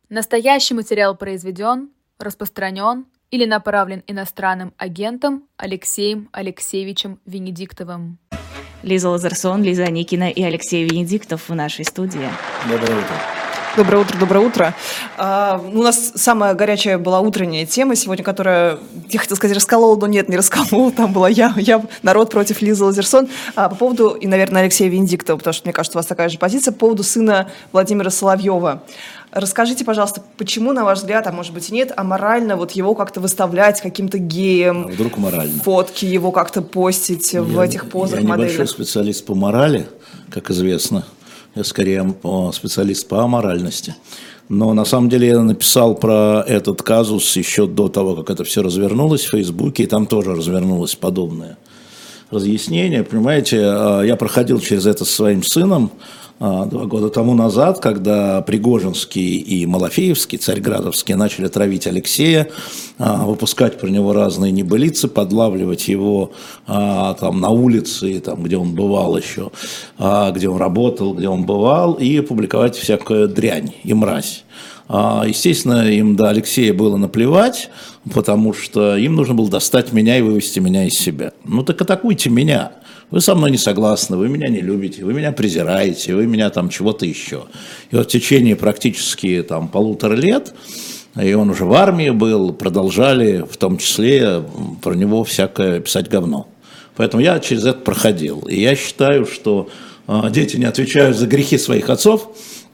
Настоящий материал произведен, распространен или направлен иностранным агентом Алексеем Алексеевичем Венедиктовым. Лиза Лазарсон, Лиза Аникина и Алексей Венедиктов в нашей студии. Доброе утро. Доброе утро, доброе утро. У нас самая горячая была утренняя тема сегодня, которая, я хотела сказать, расколола, но нет, не расколола. Там была я народ против Лизы Лазарсон. По поводу, и, наверное, Алексея Венедиктова, потому что, мне кажется, у вас такая же позиция, по поводу сына Владимира Соловьева. Расскажите, пожалуйста, почему, на ваш взгляд, а может быть и нет, аморально вот его как-то выставлять каким-то геем? А вдруг аморально? Фотки его как-то постить в этих позах, моделях? Я небольшой специалист по морали, как известно. Я скорее специалист по аморальности. Но на самом деле я написал про этот казус еще до того, как это все развернулось в Фейсбуке, и там тоже развернулось подобное разъяснение. Понимаете, я проходил через это со своим сыном 2 года тому назад, когда Пригожинский и Малафеевский, Царьградовский, начали травить Алексея, выпускать про него разные небылицы, подлавливать его там, на улице, там, где он бывал еще, где он работал, где он бывал, и публиковать всякую дрянь и мразь. Естественно, им до Алексея было наплевать, потому что им нужно было достать меня и вывести меня из себя. Ну так атакуйте меня. Вы со мной не согласны, вы меня не любите, вы меня презираете, вы меня там чего-то еще. И вот в течение практически там 1,5 лет, и он уже в армии был, продолжали в том числе про него всякое писать говно. Поэтому я через это проходил. И я считаю, что дети не отвечают за грехи своих отцов,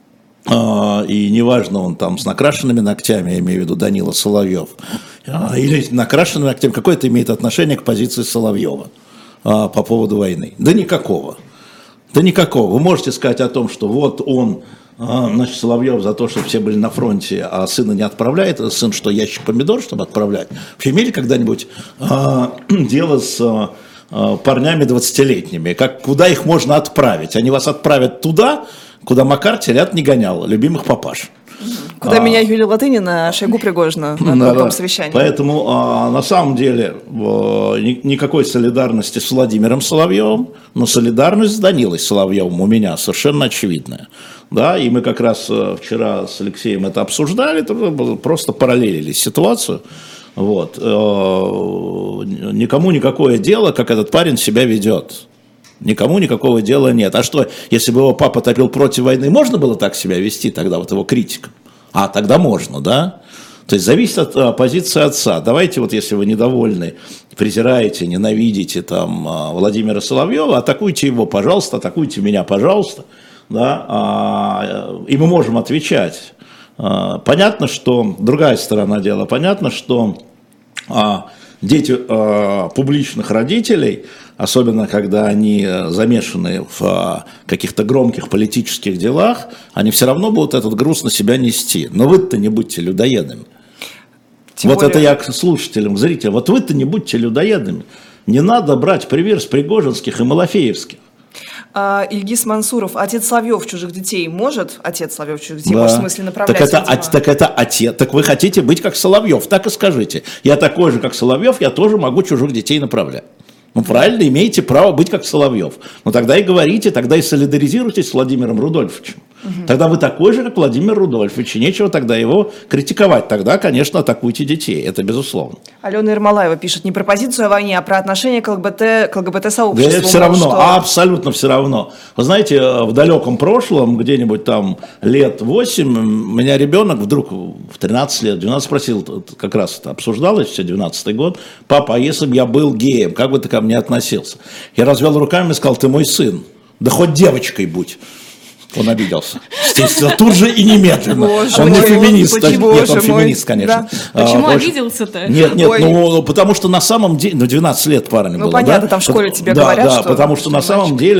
и неважно, он там с накрашенными ногтями, я имею в виду Данила Соловьев, или накрашенными ногтями, какое это имеет отношение к позиции Соловьева по поводу войны? Да никакого. Да никакого. Вы можете сказать о том, что вот он, значит, Соловьев за то, что все были на фронте, а сына не отправляет, сын что, ящик помидор, чтобы отправлять? Вообще имели когда-нибудь дело с парнями 20-летними? Куда их можно отправить? Они вас отправят туда, куда Макар телят не гонял, любимых папаш. Куда меня Юлия Латынина, Шойгу Пригожина на том совещании. Поэтому на самом деле никакой солидарности с Владимиром Соловьевым, но солидарность с Данилой Соловьевым у меня совершенно очевидная. Да, и мы как раз вчера с Алексеем это обсуждали, просто параллелили ситуацию. Вот. Никому никакое дело, как этот парень себя ведет. Никому никакого дела нет. А что, если бы его папа топил против войны, можно было так себя вести тогда, вот его критикам? А, тогда можно, да? То есть зависит от позиции отца. Давайте вот, если вы недовольны, презираете, ненавидите там Владимира Соловьева, атакуйте его, пожалуйста, атакуйте меня, пожалуйста. Да? И мы можем отвечать. Понятно, что, другая сторона дела, понятно, что дети публичных родителей, особенно когда они замешаны в каких-то громких политических делах, они все равно будут этот груз на себя нести. Но вы-то не будьте людоедами. Вот это я к слушателям, к зрителям. Вот вы-то не будьте людоедами. Не надо брать пример с пригожинских и малафеевских. Ильгиз Мансуров, отец Соловьев чужих детей может? Отец Соловьев чужих детей, да. Может, в смысле направлять? Так это отец. Так вы хотите быть как Соловьев, так и скажите. Я такой же, как Соловьев, я тоже могу чужих детей направлять. Ну, правильно, имеете право быть как Соловьев. Но тогда и говорите, тогда и солидаризируйтесь с Владимиром Рудольфовичем. Тогда вы такой же, как Владимир Рудольфович, и нечего тогда его критиковать. Тогда, конечно, атакуйте детей, это безусловно. Алена Ермолаева пишет не про позицию о войне, а про отношение к ЛГБТ-сообществу. Да, это все равно, абсолютно все равно. Вы знаете, в далеком прошлом, где-нибудь там лет 8, у меня ребенок вдруг в 13 лет, 12 спросил, как раз это обсуждалось, все 12-й год, папа, а если бы я был геем, как бы ты ко мне относился? Я развел руками и сказал, ты мой сын, да хоть девочкой будь. Он обиделся. Естественно, тут же и немедленно. Боже он не мой, феминист. нет, он феминист, конечно. Да. Почему обиделся-то? Нет, ну, потому что на самом деле, 12 лет парню было. Ну, понятно, да? Там в школе тебе говорят, что... Да, потому что на самом деле,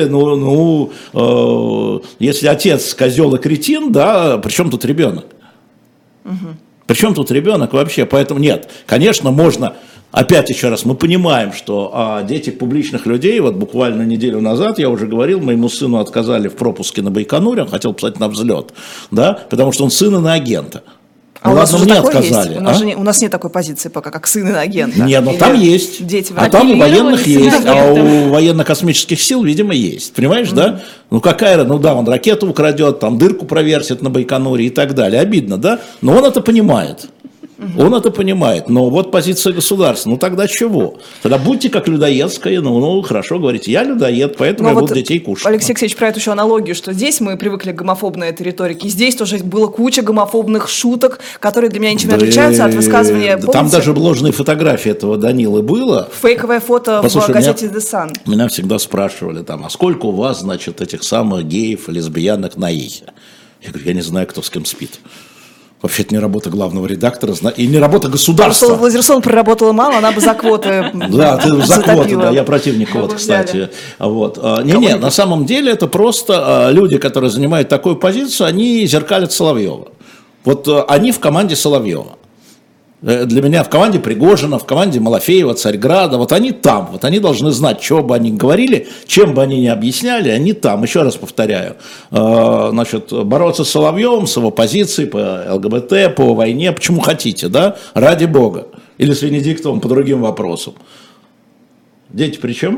если отец козел и кретин, да, при чем тут ребенок? При чем тут ребенок вообще? Поэтому нет, конечно, можно... Опять еще раз, мы понимаем, что дети публичных людей, вот буквально неделю назад, я уже говорил, моему сыну отказали в пропуске на Байконуре, он хотел писать на взлет, да, потому что он сын иноагента. А у нас ладно, уже мне такое отказали. есть? У нас нет такой позиции пока, как сын и агент. Нет, но там есть. Дети А там у военных Апеллировали есть, а агентам. у военно-космических сил, видимо, есть. Понимаешь, да? Ну какая, ну да, он ракету украдет, там дырку провертит на Байконуре и так далее. Обидно, да? Но он это понимает. Он это понимает, но вот позиция государства, ну тогда чего? Тогда будьте как людоедская, ну хорошо, говорите, я людоед, поэтому я буду детей кушать. Алексей Алексеевич про эту еще аналогию, что здесь мы привыкли к гомофобной этой риторике, здесь тоже было куча гомофобных шуток, которые для меня ничем не отличаются от высказывания, да, там даже ложные фотографии этого Данилы было. Фейковое фото в газете The Sun. Меня всегда спрашивали там, а сколько у вас, значит, этих самых геев, лесбиянок на Ихе? Я говорю, я не знаю, кто с кем спит. Вообще, это не работа главного редактора и не работа государства. Лазерсон проработала мало, она бы за квоты Да, ты за квоты, затопила. да, я противник квот, кстати. Вот. Не, на самом деле это просто люди, которые занимают такую позицию, они зеркалят Соловьева. Вот они в команде Соловьева. Для меня в команде Пригожина, в команде Малафеева, Царьграда, вот они там, вот они должны знать, что бы они говорили, чем бы они ни объясняли, они там. Еще раз повторяю, значит, бороться с Соловьевым, с его позицией по ЛГБТ, по войне, почему хотите, да, ради бога. Или с Венедиктовым по другим вопросам. Дети при чем?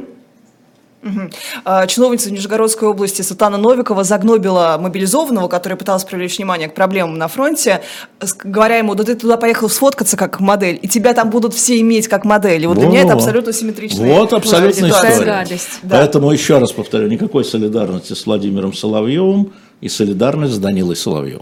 Чиновница Нижегородской области Светлана Новикова загнобила мобилизованного, который пытался привлечь внимание к проблемам на фронте, говоря ему, да ты туда поехал сфоткаться как модель, и тебя там будут все иметь как модель. И вот для меня это абсолютно симметричная Вот абсолютная история. Гадость. Да. Поэтому еще раз повторю, никакой солидарности с Владимиром Соловьевым и солидарность с Данилой Соловьевым.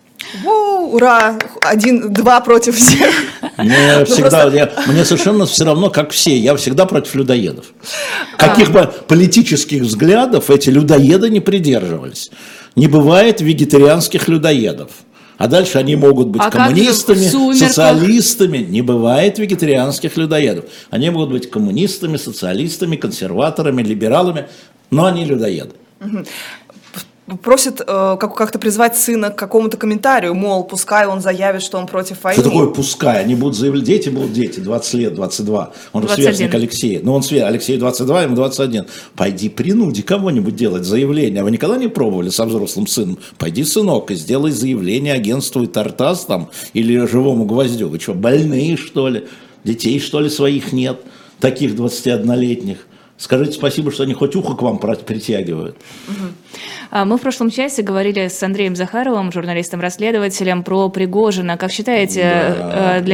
Ура! 1-2 против всех. Мне совершенно все равно, как все. Я всегда против людоедов. Каких бы политических взглядов эти людоеды не придерживались. Не бывает вегетарианских людоедов. А дальше они могут быть коммунистами, социалистами. Не бывает вегетарианских людоедов. Они могут быть коммунистами, социалистами, консерваторами, либералами, но они людоеды. Просит как-то призвать сына к какому-то комментарию, мол, пускай он заявит, что он против войны. Что такое пускай? Они будут заявлять, дети будут 20 лет, 22. Он же сверстник Алексея. Ну, он Алексею 22, ему 21. Пойди принуди кого-нибудь делать заявление. А вы никогда не пробовали со взрослым сыном? Пойди, сынок, и сделай заявление агентству Тартас там или Живому гвоздю. Вы что, больные, что ли? Детей, что ли, своих нет? Таких 21-летних. Скажите спасибо, что они хоть ухо к вам притягивают. Мы в прошлом часе говорили с Андреем Захаровым, журналистом-расследователем, про Пригожина. Как считаете, для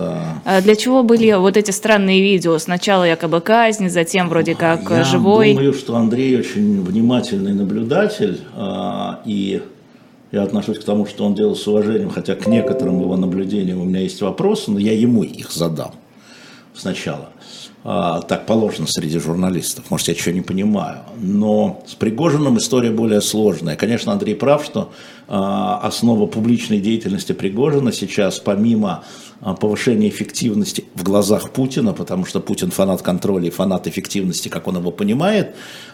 чего были вот эти странные видео? Сначала якобы казнь, затем вроде как живой. Я думаю, что Андрей очень внимательный наблюдатель, и я отношусь к тому, что он делал с уважением, хотя к некоторым его наблюдениям у меня есть вопросы, но я ему их задам сначала. Так положено среди журналистов, может, я чего не понимаю, но с Пригожиным история более сложная. Конечно, Андрей прав, что основа публичной деятельности Пригожина сейчас, помимо повышения эффективности в глазах Путина, потому что Путин фанат контроля и фанат эффективности, как он его понимает,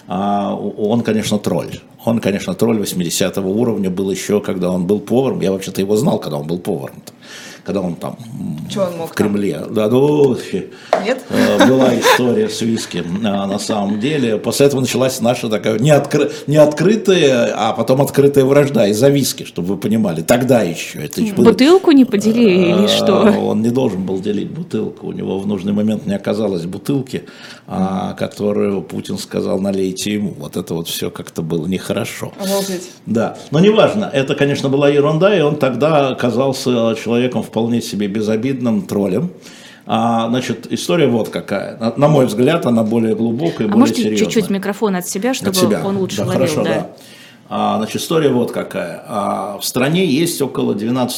он, конечно, тролль. Он, конечно, тролль 80-го уровня был еще, когда он был поваром. Я вообще-то его знал, когда он был поваром. Когда он там в Кремле. Да, ну, нет? Была история с виски на самом деле. После этого началась наша такая не открытая, а потом открытая вражда из-за виски, чтобы вы понимали. Тогда еще. Бутылку не поделили или что? Он не должен был делить бутылку. У него в нужный момент не оказалось бутылки, которую Путин сказал, налейте ему. Вот это вот все как-то было нехорошо. Обалдеть. Да, но неважно. Это, конечно, была ерунда, и он тогда оказался человеком вполне себе безобидным троллем. Значит, история вот какая. На мой взгляд, она более глубокая и более серьезная. Можете чуть-чуть микрофон от себя, чтобы он лучше ловил? Хорошо, да. Значит, история вот какая. В стране есть около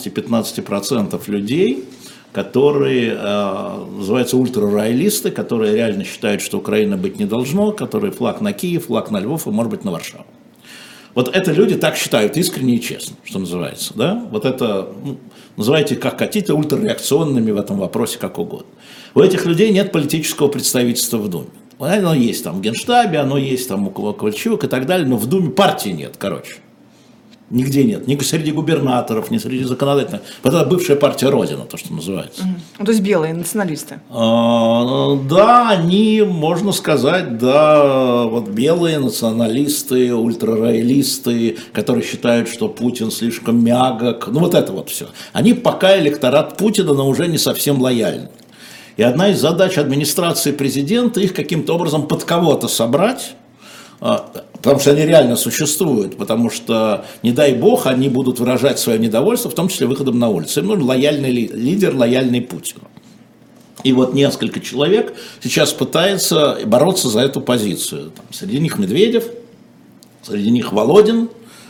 12-15% людей, которые называются ультрароялисты, которые реально считают, что Украина быть не должно, которые флаг на Киев, флаг на Львов и, может быть, на Варшаву. Вот это люди так считают искренне и честно, что называется. Да? Вот это, называйте как хотите, ультрареакционными в этом вопросе как угодно. У этих людей нет политического представительства в Думе. Оно есть там в Генштабе, оно есть там у Ковальчук и так далее, но в Думе партии нет, короче. Нигде нет. Ни среди губернаторов, ни среди законодательных. Вот это бывшая партия Родина, то, что называется. То есть белые националисты. Да, они, можно сказать, да, вот белые националисты, ультрароялисты, которые считают, что Путин слишком мягок. Ну, вот это вот все. Они пока электорат Путина, но уже не совсем лояльны. И одна из задач администрации президента их каким-то образом под кого-то собрать, потому что они реально существуют, потому что, не дай бог, они будут выражать свое недовольство, в том числе выходом на улицу. Им нужен лояльный лидер, лояльный Путину. И вот несколько человек сейчас пытаются бороться за эту позицию. Там, среди них Медведев, среди них Володин,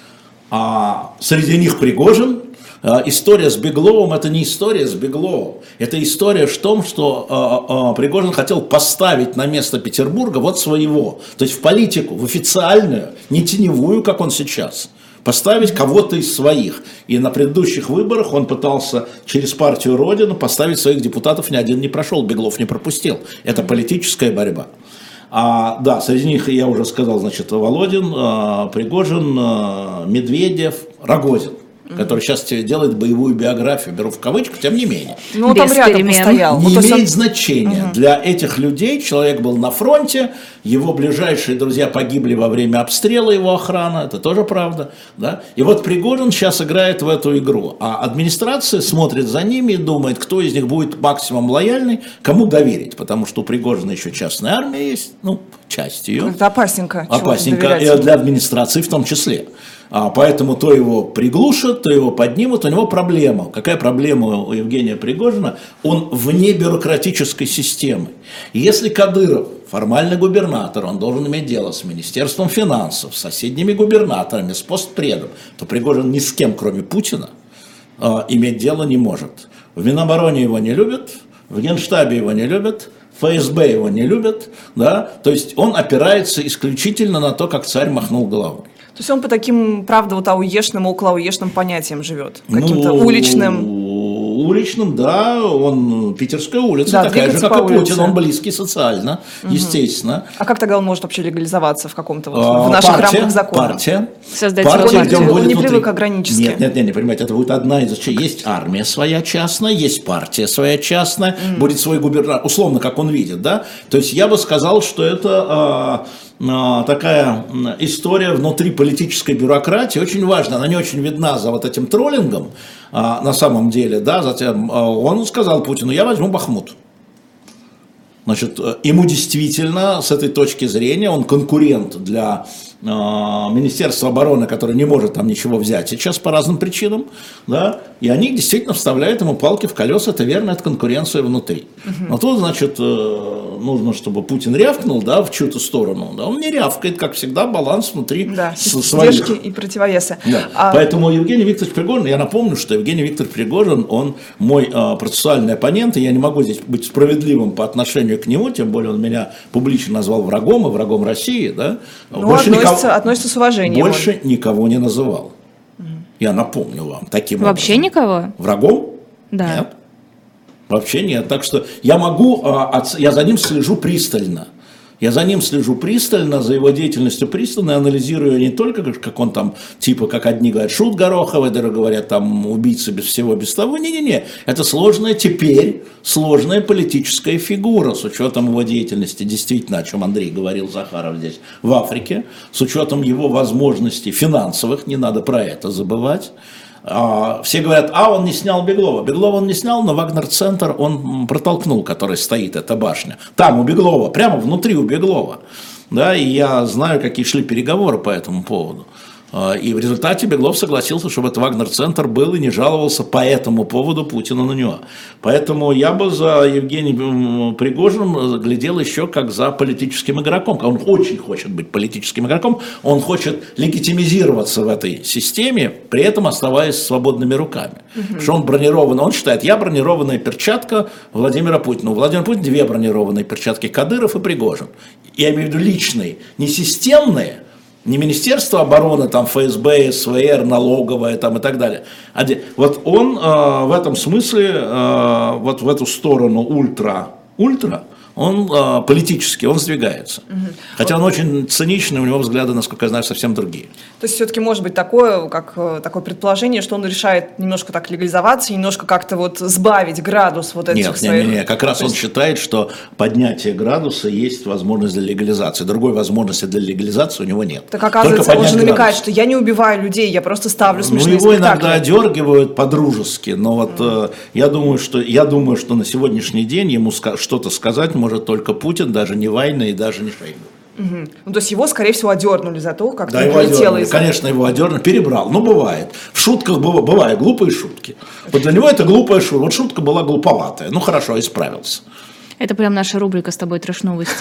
среди них Пригожин. История с Бегловым – это не история с Бегловым. Это история в том, что Пригожин хотел поставить на место Петербурга вот своего. То есть в политику, в официальную, не теневую, как он сейчас. Поставить кого-то из своих. И на предыдущих выборах он пытался через партию Родину поставить своих депутатов, ни один не прошел, Беглов не пропустил. Это политическая борьба. Да, среди них, я уже сказал, значит, Володин, Пригожин, Медведев, Рогозин, который сейчас делает боевую биографию, беру в кавычку, тем не менее. Ну, там рядом постоял. Не имеет значения. Для этих людей человек был на фронте, его ближайшие друзья погибли во время обстрела, его охрана, это тоже правда. Да? И вот Пригожин сейчас играет в эту игру, а администрация смотрит за ними и думает, кто из них будет максимум лояльный, кому доверить, потому что у Пригожина еще частная армия есть, ну, часть ее. Это опасненько. Опасненько, и для администрации в том числе. Поэтому то его приглушат, то его поднимут, у него проблема. Какая проблема у Евгения Пригожина? Он вне бюрократической системы. И если Кадыров, формальный губернатор, он должен иметь дело с Министерством финансов, с соседними губернаторами, с постпредом, то Пригожин ни с кем, кроме Путина, иметь дело не может. В Минобороне его не любят, в Генштабе его не любят, ФСБ его не любят, да? То есть он опирается исключительно на то, как царь махнул головой. То есть он по таким, правда, вот ауешным, околоауешным понятиям живет, каким-то уличным. Уличным, да, он Питерская улица, да, такая же, как и Путин, он близкий социально, естественно. А как тогда он может вообще легализоваться в каком-то в наших рамках закона? Партия. Создать партия, где он не привык ограничить. Нет, не понимаете, это будет одна из... Есть армия своя частная, есть партия своя частная, будет свой губернатор, условно, как он видит, да? То есть я бы сказал, что это... такая история внутри политической бюрократии, очень важна, она не очень видна за вот этим троллингом, на самом деле, да, затем он сказал Путину, я возьму Бахмут. Значит, ему действительно, с этой точки зрения, он конкурент для Министерства обороны, которое не может там ничего взять сейчас по разным причинам, да, и они действительно вставляют ему палки в колеса, это верно, это конкуренция внутри. Но тут, значит, нужно, чтобы Путин рявкнул, да, в чью-то сторону, да, он не рявкает, как всегда, баланс внутри своих. Издержки и противовесы. Да. Поэтому Евгений Викторович Пригожин, я напомню, что Евгений Викторович Пригожин, он мой процессуальный оппонент, и я не могу здесь быть справедливым по отношению к нему, тем более он меня публично назвал врагом и врагом России, да. Больше относится с уважением. Больше никого не называл. Я напомню вам таким вообще образом. Никого? Врагом? Да. Нет. Вообще нет. Так что я я за ним слежу пристально. Я за ним слежу пристально, за его деятельностью пристально, и анализирую не только, как он там, типа, как одни говорят, шут Гороховый, другие говорят, там, убийца без всего, без того. Не-не-не, это сложная политическая фигура, с учетом его деятельности, действительно, о чем Андрей говорил, Захаров здесь, в Африке, с учетом его возможностей финансовых, не надо про это забывать. Все говорят, он не снял Беглова. Беглова он не снял, но Вагнер-центр он протолкнул, который стоит, эта башня. Там у Беглова, прямо внутри у Беглова. Да, и я знаю, какие шли переговоры по этому поводу. И в результате Беглов согласился, чтобы этот Вагнер-центр был и не жаловался по этому поводу Путина на него. Поэтому я бы за Евгением Пригожиным глядел еще как за политическим игроком. Он очень хочет быть политическим игроком, он хочет легитимизироваться в этой системе, при этом оставаясь свободными руками. Что он бронированный, он считает, я бронированная перчатка Владимира Путина. У Владимира Путина две бронированные перчатки, Кадыров и Пригожин. Я имею в виду личные, не системные, не Министерство обороны, там, ФСБ, СВР, налоговая там, и так далее. Вот он в этом смысле, вот в эту сторону ультра, он политически, он сдвигается. Хотя он очень циничный, у него взгляды, насколько я знаю, совсем другие. То есть все-таки может быть такое предположение, что он решает немножко так легализоваться, немножко как-то вот сбавить градус вот этих своих... Нет, как раз он считает, что поднятие градуса есть возможность для легализации. Другой возможности для легализации у него нет. Так оказывается, он же намекает, что я не убиваю людей, я просто ставлю смешные спектакли. Его иногда одергивают по-дружески, но вот я думаю, что на сегодняшний день ему что-то сказать может только Путин, даже не Вайна и даже не Шойгу. Ну, то есть его, скорее всего, одернули за то, как его одернули. Конечно, его одернули, перебрал. Ну, бывает. В шутках бывают глупые шутки. Вот для него это глупая шутка. Вот шутка была глуповатая. Ну, хорошо, исправился. Это прям наша рубрика с тобой «Трэш-новости».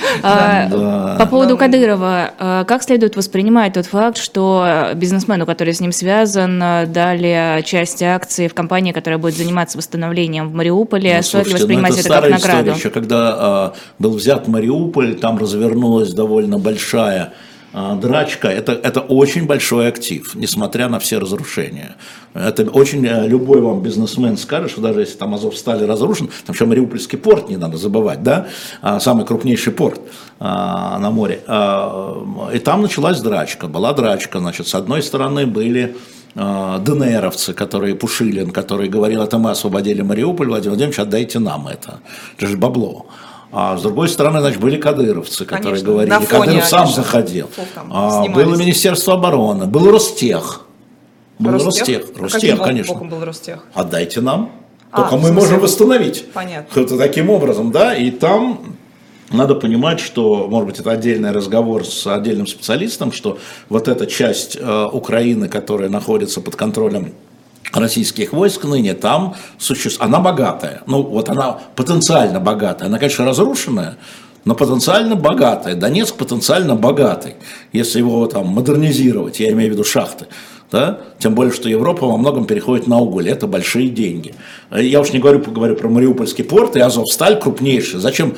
По поводу Кадырова, как следует воспринимать тот факт, что бизнесмену, который с ним связан, дали часть акций в компании, которая будет заниматься восстановлением в Мариуполе? Стоит ли воспринимать это как награду? Еще когда был взят Мариуполь, там развернулась довольно большая драчка. Это очень большой актив, несмотря на все разрушения. Это очень любой вам бизнесмен скажет, что даже если там Азовсталь разрушен, там еще Мариупольский порт, не надо забывать, да, самый крупнейший порт на море. И там началась драчка, была драчка, значит, с одной стороны были ДНРовцы, которые Пушилин, который говорил, это мы освободили Мариуполь, Владимир Владимирович, отдайте нам это же бабло. А с другой стороны, значит, были кадыровцы, которые говорили, Кадыров сам заходил. Было Министерство обороны, был Ростех. Ростех, конечно. Был Ростех? Отдайте нам, только мы можем восстановить. Понятно. Это таким образом, да, и там надо понимать, что, может быть, это отдельный разговор с отдельным специалистом, что вот эта часть Украины, которая находится под контролем российских войск ныне, там существует, она богатая, ну вот она потенциально богатая, она, конечно, разрушенная, но потенциально богатая, Донецк потенциально богатый, если его там модернизировать, я имею в виду шахты. Да? Тем более, что Европа во многом переходит на уголь, это большие деньги. Я уж не говорю про Мариупольский порт и Азовсталь крупнейший. Зачем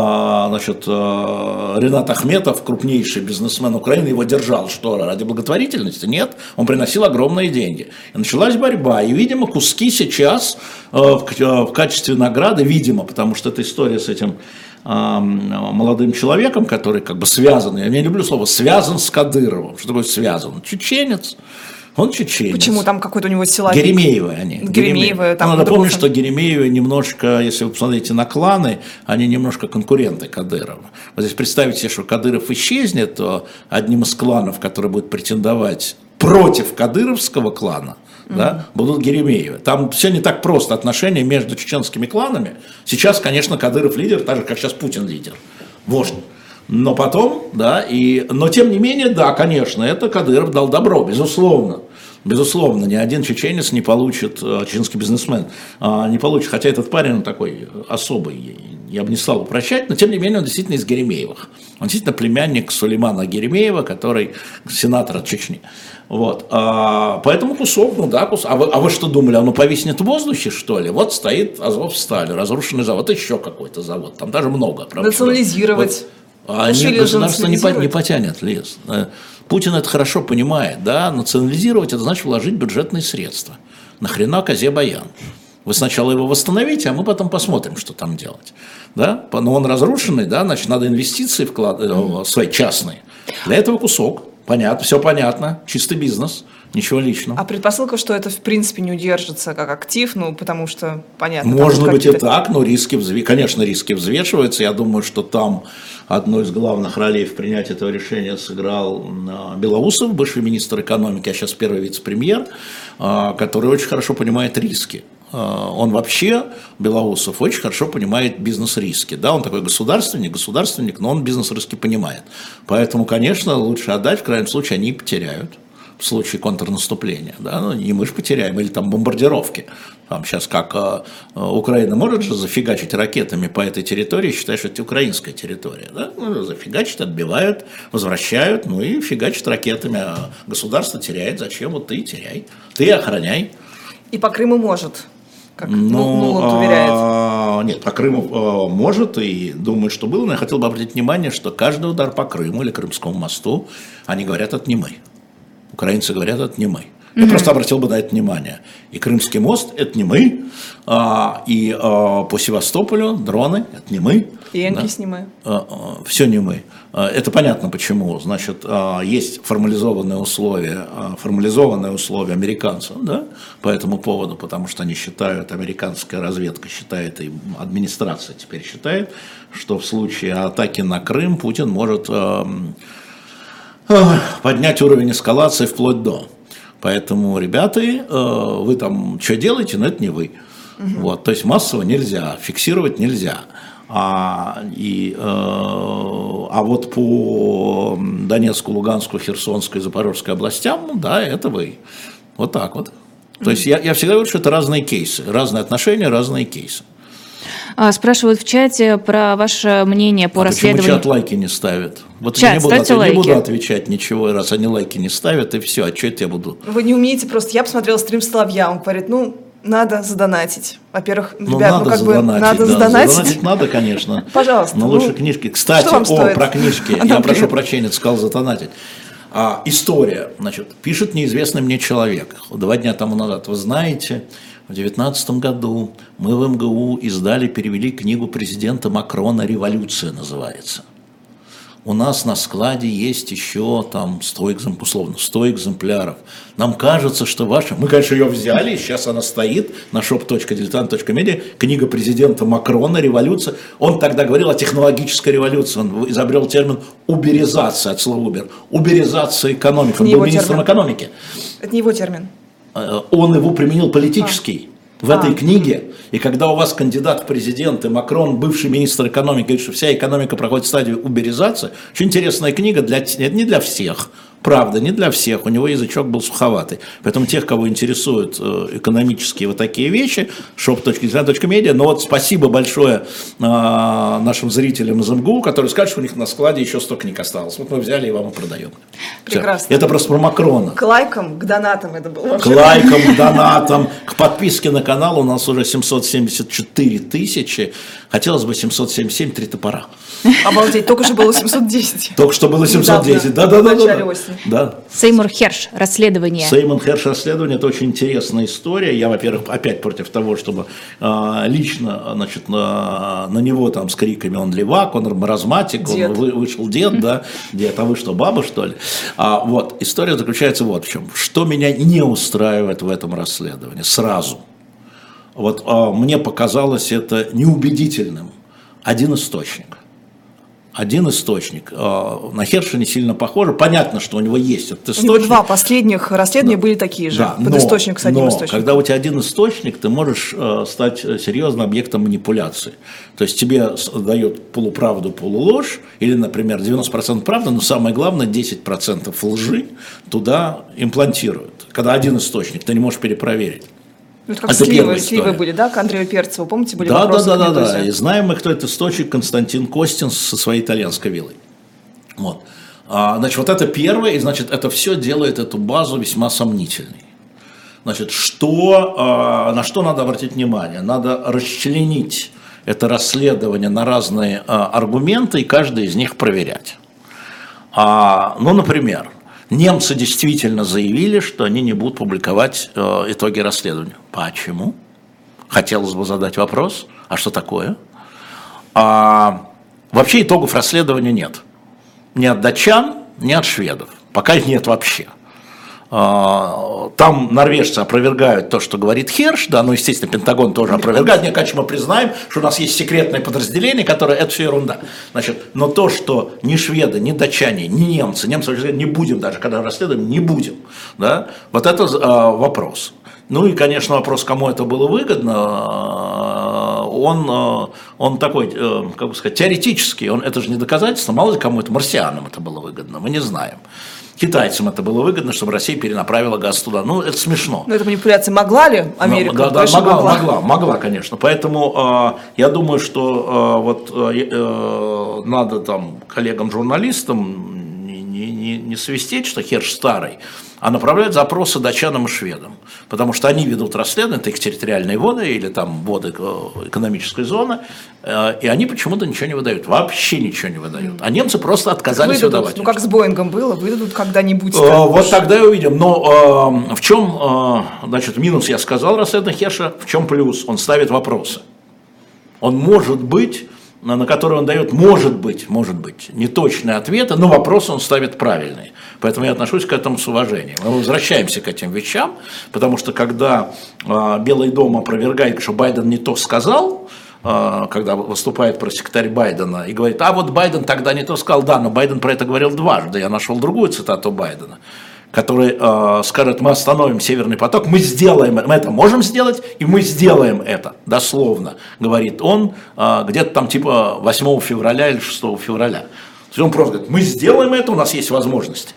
Ренат Ахметов, крупнейший бизнесмен Украины, его держал? Что, ради благотворительности? Нет, он приносил огромные деньги. И началась борьба, и, видимо, куски сейчас в качестве награды, видимо, потому что эта история с этим молодым человеком, который как бы связан, я не люблю слово, связан с Кадыровым. Что такое связан? Чеченец. Он чеченец. Почему там какой-то у него силовик? Геремеевы они. Геремеевы. Надо помнить, что Геремеевы немножко, если вы посмотрите на кланы, они немножко конкуренты Кадырова. Вот если представить себе, что Кадыров исчезнет, то одним из кланов, который будет претендовать против кадыровского клана, да, будут Геремеевы. Там все не так просто, отношения между чеченскими кланами. Сейчас, конечно, Кадыров лидер, так же, как сейчас Путин лидер, вождь. Но потом, да, но тем не менее, да, конечно, это Кадыров дал добро, безусловно. Безусловно, ни один чеченец не получит, чеченский бизнесмен не получит, хотя этот парень такой особый, я бы не стал упрощать, но тем не менее он действительно из Геремеевых. Он действительно племянник Сулеймана Геремеева, который сенатор от Чечни. Вот. Поэтому кусок, ну да, кусок. А вы что думали, оно повиснет в воздухе, что ли? Вот стоит Азовсталь, разрушенный завод, еще какой-то завод, там даже много. Национализировать. Государство не потянет лес. Путин это хорошо понимает, да, национализировать это значит вложить бюджетные средства. Нахрена козе баян? Вы сначала его восстановите, а мы потом посмотрим, что там делать. Да? Но он разрушенный, да, значит, надо инвестиции вкладывать, свои частные. Для этого кусок. Понятно, все понятно, чистый бизнес, ничего личного. А предпосылка, что это в принципе не удержится как актив, ну потому что понятно. Может быть и так, но конечно, риски взвешиваются. Я думаю, что там одну из главных ролей в принятии этого решения сыграл Белоусов, бывший министр экономики, а сейчас первый вице-премьер, который очень хорошо понимает риски. Он вообще, Белоусов, очень хорошо понимает бизнес-риски. Да, он такой государственник, но он бизнес-риски понимает. Поэтому, конечно, лучше отдать, в крайнем случае они потеряют в случае контрнаступления. Да? Ну, не мы же потеряем, или там бомбардировки. Там сейчас как Украина может же зафигачить ракетами по этой территории, считая, что это украинская территория. Да? Ну, зафигачат, отбивают, возвращают, ну и фигачат ракетами. А государство теряет, зачем? Вот ты и теряй, ты и охраняй. И по Крыму может. Как Нуланд уверяет. Нет, по Крыму может, и думаю, что было, но я хотел бы обратить внимание, что каждый удар по Крыму или Крымскому мосту, они говорят, это не мы. Украинцы говорят, это не мы. Я просто обратил бы на это внимание. И Крымский мост – это не мы, и по Севастополю дроны – это не мы. И Энкис не мы. Все не мы. Это понятно почему. Значит, есть формализованные условия американцев, да, по этому поводу, потому что они считают, американская разведка считает, и администрация теперь считает, что в случае атаки на Крым Путин может поднять уровень эскалации вплоть до. Поэтому, ребята, вы там что делаете, но это не вы. Вот, то есть массово нельзя, фиксировать нельзя. А вот по Донецку, Луганску, Херсонской, Запорожской областям, да, это вы. Вот так вот. То есть я всегда говорю, что это разные кейсы, разные отношения, разные кейсы. Спрашивают в чате про ваше мнение по расследованию. Почему чат лайки не ставят? Вот чат, я не буду отвечать ничего, раз они лайки не ставят, и все, а что это я буду? Вы не умеете просто. Я посмотрела стрим Соловья, он говорит, надо задонатить. Во-первых, ребят, надо задонатить. Задонатить надо, конечно. Пожалуйста. Но лучше книжки. Кстати, про книжки. Я прошу прощения, ты сказал задонатить. История. Значит, пишет неизвестный мне человек 2 дня тому назад. Вы знаете, в 2019 году мы в МГУ перевели книгу президента Макрона «Революция» называется. У нас на складе есть еще там 100 экземпляров. Нам кажется, что ваша... Мы, конечно, ее взяли, и сейчас она стоит на shop.diletant.media. Книга президента Макрона «Революция». Он тогда говорил о технологической революции. Он изобрел термин «уберизация» от слова «убер». Уберизация экономики. Он был министром экономики. Это не его термин. Он его применил политический. В этой книге, и когда у вас кандидат в президенты Макрон, бывший министр экономики, говорит, что вся экономика проходит стадию уберизации, очень интересная книга, не для всех, правда, не для всех, у него язычок был суховатый. Поэтому тех, кого интересуют экономические вот такие вещи, shop.diletant.media, но вот спасибо большое нашим зрителям из МГУ, которые скажут, что у них на складе еще 100 книг осталось. Вот мы взяли и вам и продаем. Прекрасно. Все. Это просто про Макрона. К лайкам, к донатам это было. К лайкам, к донатам, к подписке на канал. У нас уже 774 тысячи. Хотелось бы 777, 3 топора. Обалдеть, только что было 710. Только что было 710. Да. В начале осени. Да. Сеймур Херш, расследование. Сеймур Херш, расследование – это очень интересная история. Я, во-первых, опять против того, чтобы лично, значит, на него там с криками «он левак», «он маразматик», «он вышел дед», да, дед, а вы что, баба, что ли? Вот, история заключается вот в чем. Что меня не устраивает в этом расследовании сразу? Вот мне показалось это неубедительным. Один источник. На Херша не сильно похоже. Понятно, что у него есть этот источник. У него 2 последних расследования были такие же. Да, подисточник с одним источником. Когда у тебя один источник, ты можешь стать серьезным объектом манипуляции. То есть тебе дают полуправду, полуложь, или, например, 90% правды, но самое главное, 10% лжи туда имплантируют. Когда один источник, ты не можешь перепроверить. Это как сливы были, да, к Андрею Перцеву, помните, были вопросы? Да. И знаем мы, кто этот источник, Константин Костин со своей итальянской виллой. Вот. Значит, вот это первое, и, значит, это все делает эту базу весьма сомнительной. Значит, на что надо обратить внимание? Надо расчленить это расследование на разные аргументы и каждый из них проверять. Например, немцы действительно заявили, что они не будут публиковать итоги расследования. Почему? Хотелось бы задать вопрос. А что такое? Вообще итогов расследования нет. Ни от датчан, ни от шведов. Пока их нет вообще. Там норвежцы опровергают то, что говорит Херш, да, естественно, Пентагон тоже опровергает. Нет, конечно, мы признаем, что у нас есть секретное подразделение, которое, это все ерунда. Значит, но то, что ни шведы, ни датчане, ни немцы не будем даже, когда расследуем, не будем, да, вот это вопрос. И, конечно, вопрос, кому это было выгодно, он такой, как бы сказать, теоретический, это же не доказательство, мало ли кому это, марсианам это было выгодно, мы не знаем. Китайцам это было выгодно, чтобы Россия перенаправила газ туда. Это смешно. Но эта манипуляция могла ли Америка? Да, могла, конечно. Поэтому я думаю, что надо там коллегам-журналистам не свистеть, что Херш старый, а направляют запросы датчанам и шведам, потому что они ведут расследование, это их территориальные воды или там воды экономической зоны, и они почему-то ничего не выдают, вообще ничего не выдают, а немцы просто отказались выдавать. Ну, как с Боингом было, выдадут когда-нибудь. Вот тогда и увидим. Но в чем, значит, минус, я сказал, расследование Херша, в чем плюс? Он ставит вопросы. Он может быть, на которые он дает, может быть, неточные ответы, но вопросы он ставит правильные. Поэтому я отношусь к этому с уважением. Мы возвращаемся к этим вещам, потому что когда Белый дом опровергает, что Байден не то сказал, когда выступает пресс-секретарь Байдена и говорит, а вот Байден тогда не то сказал, да, но Байден про это говорил дважды, я нашел другую цитату Байдена, который скажет, мы остановим Северный поток, мы сделаем это, мы это можем сделать, и мы сделаем это, дословно, говорит он, где-то там типа 8 февраля или 6 февраля. То есть он просто говорит, мы сделаем это, у нас есть возможности.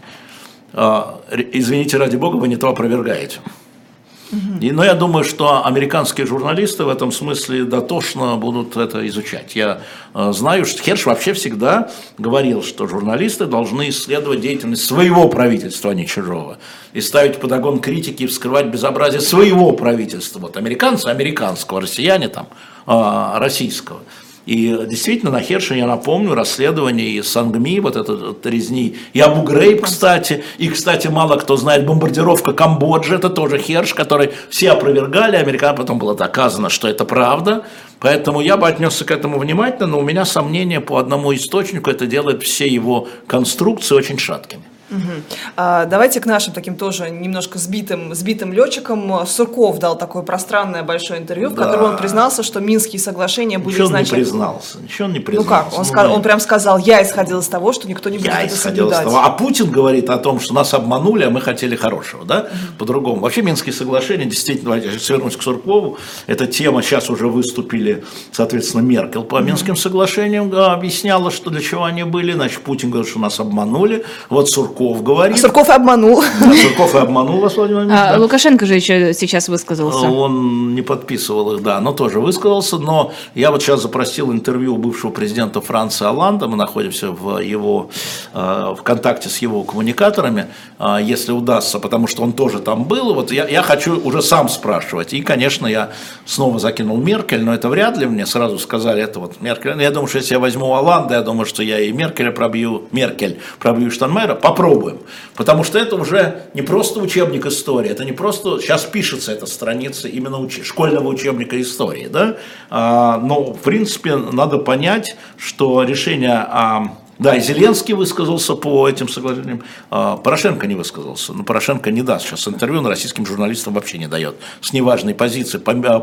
Извините, ради бога, вы не то опровергаете. Но я думаю, что американские журналисты в этом смысле дотошно будут это изучать. Я знаю, что Херш вообще всегда говорил, что журналисты должны исследовать деятельность своего правительства, а не чужого. И ставить под огонь критики и вскрывать безобразие своего правительства. Вот американцы американского, россияне там российского. И действительно, на Херша, я напомню, расследование и Сангми, вот этот резни, и Абу Грейб, кстати, и, кстати, мало кто знает, бомбардировка Камбоджи, это тоже Херш, который все опровергали, американцам потом было доказано, что это правда, поэтому я бы отнесся к этому внимательно, но у меня сомнения по одному источнику, это делает все его конструкции очень шаткими. Давайте к нашим таким тоже немножко сбитым летчикам. Сурков дал такое пространное большое интервью, в котором он признался, что Минские соглашения были изначально... Ничего он не признался. Ну как? Он прям сказал, я исходил из того, что никто не будет это соблюдать. А Путин говорит о том, что нас обманули, а мы хотели хорошего, да? По-другому. Вообще Минские соглашения, действительно, если вернусь к Суркову, эта тема, сейчас уже выступили, соответственно, Меркель по Минским соглашениям объясняла, что для чего они были, значит, Путин говорит, что нас обманули, вот Сурков говорит. Сурков и обманул. Сурков и обманул вас, Владимир Владимирович. Да. Лукашенко же еще сейчас высказался. Он не подписывал их, да, но тоже высказался. Но я вот сейчас запросил интервью у бывшего президента Франции Олланда. Мы находимся в контакте с его коммуникаторами, если удастся, потому что он тоже там был. Вот я хочу уже сам спрашивать. И, конечно, я снова закинул Меркель, но это вряд ли. Мне сразу сказали, это вот Меркель. Я думаю, что если я возьму Олланда, я думаю, что я и Меркель пробью Штайнмайера. Попробуем. Потому что это уже не просто учебник истории, это не просто, сейчас пишется эта страница именно школьного учебника истории, да? Но, в принципе, надо понять, что решение, да, и Зеленский высказался по этим соглашениям, Порошенко не высказался, но Порошенко не даст сейчас интервью, но российским журналистам вообще не дает, с неважной позиции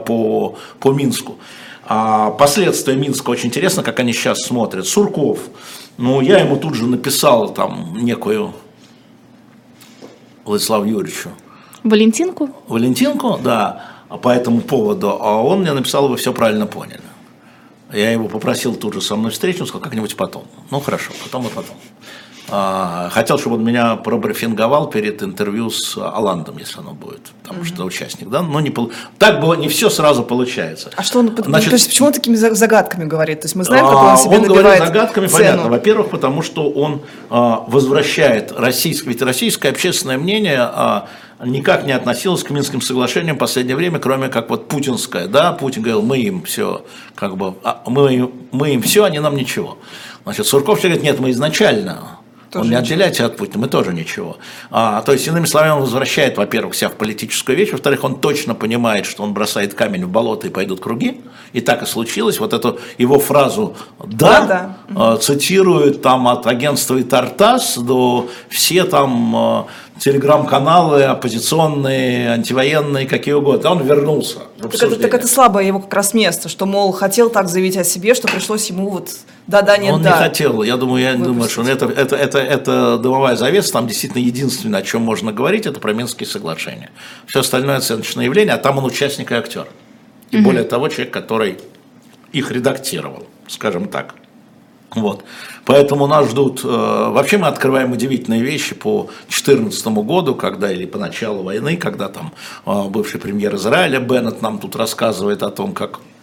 по Минску. Последствия Минска очень интересно, как они сейчас смотрят. Сурков, ну, я ему тут же написал там некую Владиславу Юрьевичу. Валентинку, да, по этому поводу, а он мне написал, вы все правильно поняли. Я его попросил тут же со мной встретиться, он сказал, как-нибудь потом. Ну, хорошо, потом и потом. Хотел, чтобы он меня пробрифинговал перед интервью с Олландом, если оно будет, потому что участник, да, но так было, не все сразу получается. А что он, значит, то есть почему он такими загадками говорит? То есть мы знаем, как он себе набивает говорит загадками, цену. Понятно. Во-первых, потому что он возвращает ведь российское общественное мнение никак не относилось к Минским соглашениям в последнее время, кроме как вот путинское, да, Путин говорил, мы им все, как бы, мы им все, они нам ничего. Значит, Сурков говорит, нет, мы изначально... Он не отделяется от Путина, мы тоже ничего. То есть, иными словами, он возвращает, во-первых, себя в политическую вещь, во-вторых, он точно понимает, что он бросает камень в болото и пойдут круги. И так и случилось. Вот эту его фразу «да» цитируют там от агентства «Итартас» до все там телеграм-каналы оппозиционные, антивоенные, какие угодно. Он вернулся. Так это слабое его как раз место, что, мол, хотел так заявить о себе, что пришлось ему вот да-да, нет, он да. Он не хотел, я думаю, что это дымовая завеса, там действительно единственное, о чем можно говорить, это про Минские соглашения. Все остальное оценочное явление, а там он участник и актер. И более того, человек, который их редактировал, скажем так. Вот. Поэтому нас ждут, вообще мы открываем удивительные вещи по 2014 году, или по началу войны, когда там бывший премьер Израиля Беннет нам тут рассказывает о том, как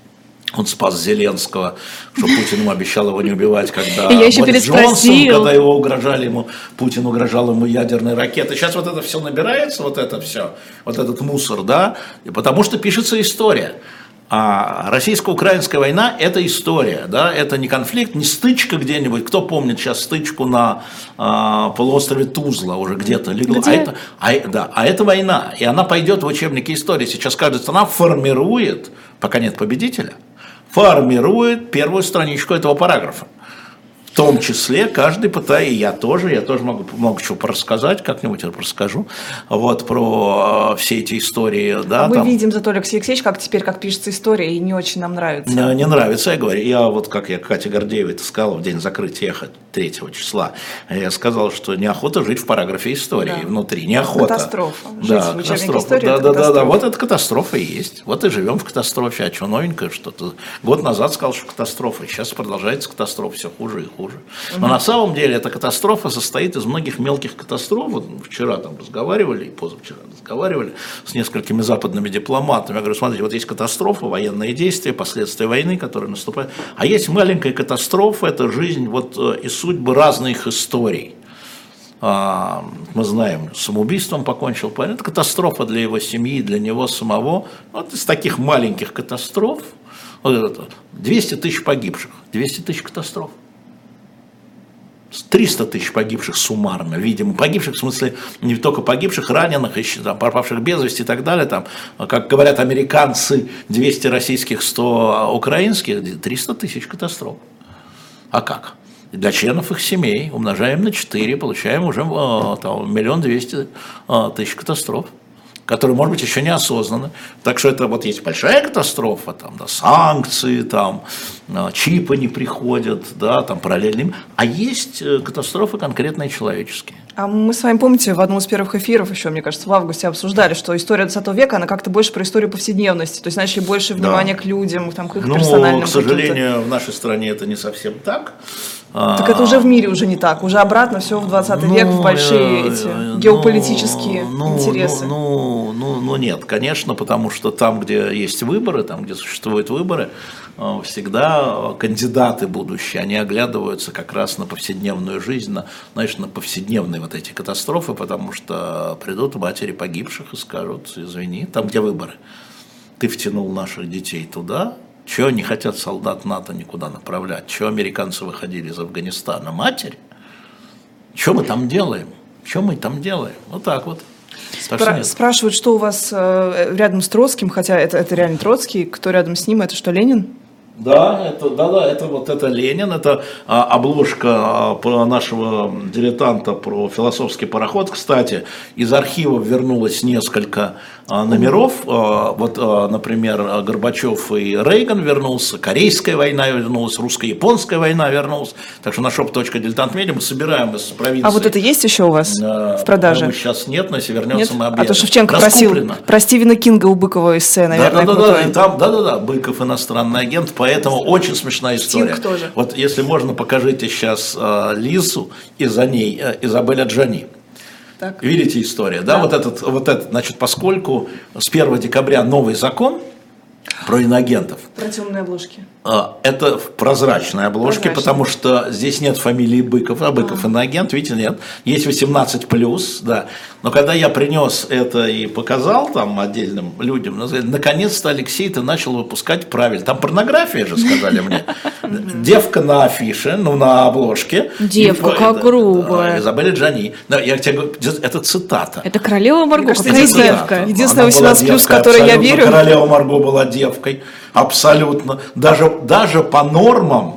Он спас Зеленского, что Путин ему обещал его не убивать, когда Я еще Борис Джонсон, переспросил. когда его угрожали ему, Путин угрожал ему ядерной ракетой. Сейчас вот это все набирается, вот это все, вот этот мусор, да, потому что пишется история. А российско-украинская война – это история, да, это не конфликт, не стычка где-нибудь. Кто помнит сейчас стычку на полуострове Тузла уже где-то легло? А это война, и она пойдет в учебники истории. Сейчас каждая страна формирует, пока нет победителя, формирует первую страничку этого параграфа. В том числе каждый пытается, и я тоже могу много чего рассказать, как-нибудь расскажу, вот, про все эти истории. Да, мы видим зато, Алексей Алексеевич, как пишется история, и не очень нам нравится. Не нравится, я говорю. Я вот, как я Кате Гордеевой сказал в день закрытия «Эхо» 3 числа, я сказал, что неохота жить в параграфе истории, да, внутри, неохота. Катастрофа. Да, катастрофа. Да, вот эта катастрофа и есть. Вот и живем в катастрофе. А что новенькое что-то? Год назад сказал, что катастрофа, сейчас продолжается катастрофа, все хуже и хуже. Но на самом деле эта катастрофа состоит из многих мелких катастроф. Вот вчера там разговаривали, и позавчера разговаривали с несколькими западными дипломатами. Я говорю, смотрите, вот есть катастрофа, военные действия, последствия войны, которые наступают. А есть маленькая катастрофа, это жизнь вот, и судьбы разных историй. Мы знаем, самоубийством покончил парень. Это катастрофа для его семьи, для него самого. Вот из таких маленьких катастроф, вот 200 тысяч погибших, 200 тысяч катастроф. 300 тысяч погибших суммарно, видимо, погибших в смысле не только погибших, раненых, еще, там, пропавших без вести и так далее, там, как говорят американцы, 200 российских, 100 украинских, 300 тысяч катастроф. А как? Для членов их семей умножаем на 4, получаем уже 1 200 000 катастроф, которые, может быть, еще не осознаны. Так что это вот есть большая катастрофа, там, да, санкции, там, чипы не приходят, да, там, параллельным. А есть катастрофы конкретные человеческие. А мы с вами, помните, в одном из первых эфиров еще, мне кажется, в августе обсуждали, что история 20 века, она как-то больше про историю повседневности, то есть начали больше внимания к людям, там, к их персональным. К сожалению, в нашей стране это не совсем так. Так это уже в мире уже не так, уже обратно все в 20 век, в большие эти геополитические интересы. Нет, конечно, потому что там, где есть выборы, там, где существуют выборы, всегда кандидаты будущие, они оглядываются как раз на повседневную жизнь, на повседневные вот эти катастрофы, потому что придут матери погибших и скажут, извини, там, где выборы, ты втянул наших детей туда. Чего не хотят солдат НАТО никуда направлять? Чего американцы выходили из Афганистана? Матерь? Что мы там делаем? Что мы там делаем? Вот так вот. Спрашивают, что у вас рядом с Троцким, хотя это реально Троцкий, кто рядом с ним, это что, Ленин? Да, это Ленин, это обложка нашего дилетанта про философский пароход. Кстати, из архивов вернулось несколько номеров. Вот, например, Горбачев и Рейган вернулся, Корейская война вернулась, Русско-японская война вернулась. Так что на shop.diletant.media мы собираем из провинции. А вот это есть еще у вас в продаже? Сейчас нет, но если вернется, мы объявим. А то Шевченко просил про Стивена Кинга у Быкова эссе, наверное. Да, Быков иностранный агент, поэтому очень смешная история. Стинг тоже. Вот если можно, покажите сейчас Лизу и за ней Изабель Аджани. Так. Видите история, да? Вот этот, значит, поскольку с 1 декабря новый закон про иноагентов. Про темные обложки. Это в прозрачной обложке, потому что здесь нет фамилии Быков, а Быков иноагент, видите, нет. Есть 18+, да. Но когда я принес это и показал там отдельным людям, наконец-то, Алексей, ты начал выпускать правильно. Там порнография же, сказали мне. Девка на афише, на обложке. Девка, как грубо. Изабель Аджани. Я тебе говорю, это цитата. Это королева Марго, какая девка. Единственная 18+, которой я верю. Королева Марго была девкой. Абсолютно. Даже по нормам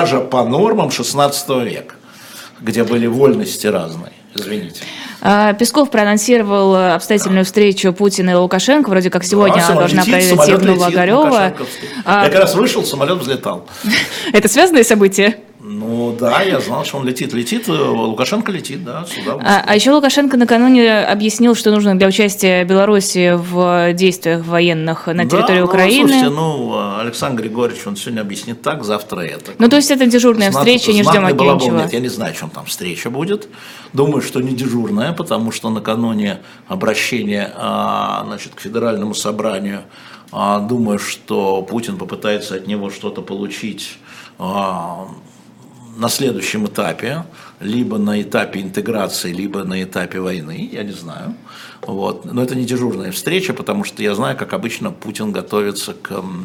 16 века, где были вольности разные. Извините. Песков проанонсировал обстоятельную встречу Путина и Лукашенко. Вроде как сегодня она должна произойти в Новоогарево. Я как раз вышел, самолет взлетал. Это связанные события? Ну да, я знал, что он летит, Лукашенко летит, да, сюда. А еще Лукашенко накануне объяснил, что нужно для участия Беларуси в действиях военных на территории Украины. Слушайте, Александр Григорьевич, он сегодня объяснит так, завтра это. То есть это дежурная встреча, не ждем от нее ничего. Нет, я не знаю, о чем там встреча будет. Думаю, что не дежурная, потому что накануне обращения, к Федеральному собранию думаю, что Путин попытается от него что-то получить на следующем этапе, либо на этапе интеграции, либо на этапе войны, я не знаю. Вот. Но это не дежурная встреча, потому что я знаю, как обычно Путин готовится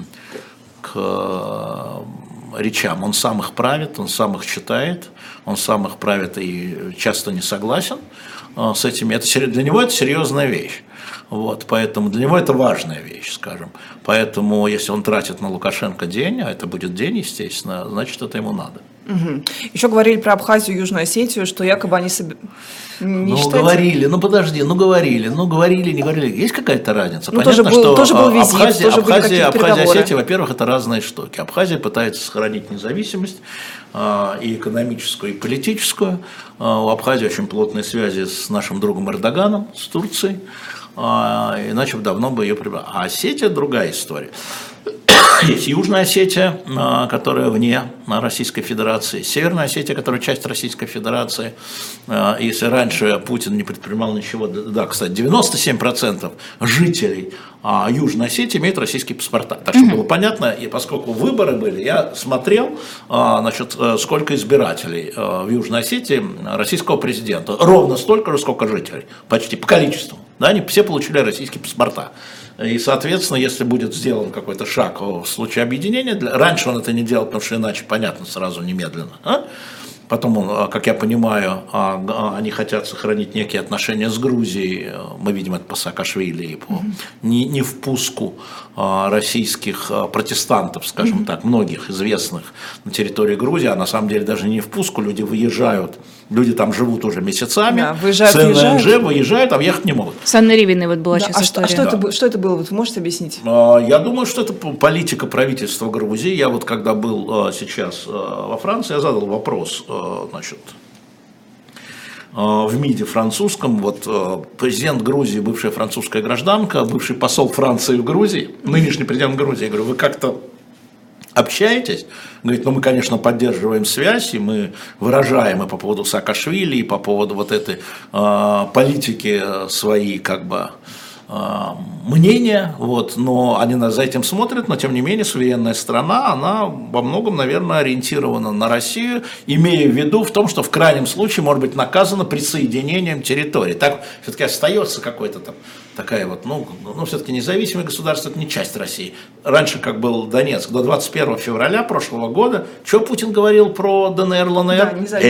к речам. Он сам их правит, он сам их читает, он сам их правит и часто не согласен с этими. Для него это серьезная вещь. Вот, поэтому для него это важная вещь, скажем. Поэтому если он тратит на Лукашенко день, а это будет день, естественно, значит, это ему надо. Угу. Еще говорили про Абхазию и Южную Осетию, что якобы они не считаете? Говорили, говорили, не говорили. Есть какая-то разница? Ну, понятно, тоже был визит, Абхазия, тоже были какие-то переговоры. Осетия, во-первых, это разные штуки. Абхазия пытается сохранить независимость и экономическую, и политическую. У Абхазии очень плотные связи с нашим другом Эрдоганом, с Турцией. Иначе давно бы ее прибрали. А Осетия другая история. Есть Южная Осетия, которая вне Российской Федерации, Северная Осетия, которая часть Российской Федерации. Если раньше Путин не предпринимал ничего, да, кстати, 97% жителей Южной Осетии имеют российские паспорта. Так что было понятно, и поскольку выборы были, я смотрел, значит, сколько избирателей в Южной Осетии российского президента. Ровно столько же, сколько жителей, почти по количеству. Да, они все получили российские паспорта. И, соответственно, если будет сделан какой-то шаг в случае объединения, раньше он это не делал, потому что иначе, понятно, сразу немедленно. Потом, как я понимаю, они хотят сохранить некие отношения с Грузией. Мы видим это по Саакашвили и по не впуску российских протестантов, скажем так, многих известных на территории Грузии, а на самом деле даже не впуску, люди выезжают, люди там живут уже месяцами, да, выезжают, а въехать не могут. С Анной Ривиной вот была сейчас история. Что это было? Вы можете объяснить? Я думаю, что это политика правительства Грузии. Я вот когда был сейчас во Франции, я задал вопрос, значит, в МИДе французском, вот президент Грузии, бывшая французская гражданка, бывший посол Франции в Грузии, нынешний президент Грузии, я говорю, вы как-то общаетесь? Говорит, ну мы, конечно, поддерживаем связь, и мы выражаем и по поводу Саакашвили, и по поводу вот этой политики своей, как бы, мнения, вот, но они за этим смотрят, но тем не менее суверенная страна, она во многом, наверное, ориентирована на Россию, имея в виду в том, что в крайнем случае может быть наказана присоединением территории. Так все-таки остается какой-то там такая вот, ну все-таки независимое государство, это не часть России. Раньше, как был Донецк, до 21 февраля прошлого года, что Путин говорил про ДНР, ЛНР? Да,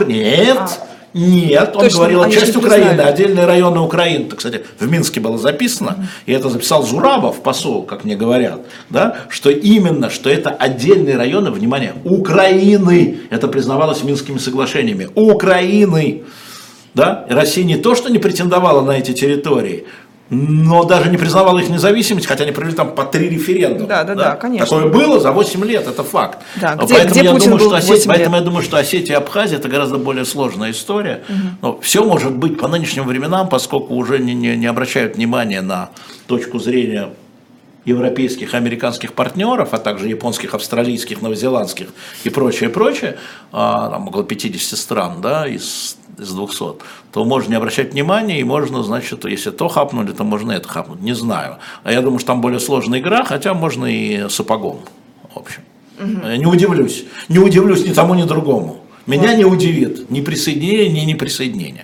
Нет, он говорил о части Украины, отдельные районы Украины. Это, кстати, в Минске было записано, и это записал Зурабов, посол, как мне говорят, да, что именно, что это отдельные районы, внимание, Украины. Это признавалось Минскими соглашениями. Украины. Да? И Россия не то, что не претендовала на эти территории, но даже не признавала их независимость, хотя они провели там по 3 референдума. Да, конечно. Такое было за 8 лет, это факт. Да, поэтому я думаю, что Осетия и Абхазия это гораздо более сложная история. Но все может быть по нынешним временам, поскольку уже не обращают внимания на точку зрения европейских, американских партнеров, а также японских, австралийских, новозеландских и прочее, там около 50 стран, да, из 200, то можно не обращать внимания, и можно, значит, если то хапнули, то можно это хапнуть, не знаю. А я думаю, что там более сложная игра, хотя можно и сапогом, в общем. Не удивлюсь ни тому, ни другому. Меня не удивит ни присоединение, ни неприсоединение.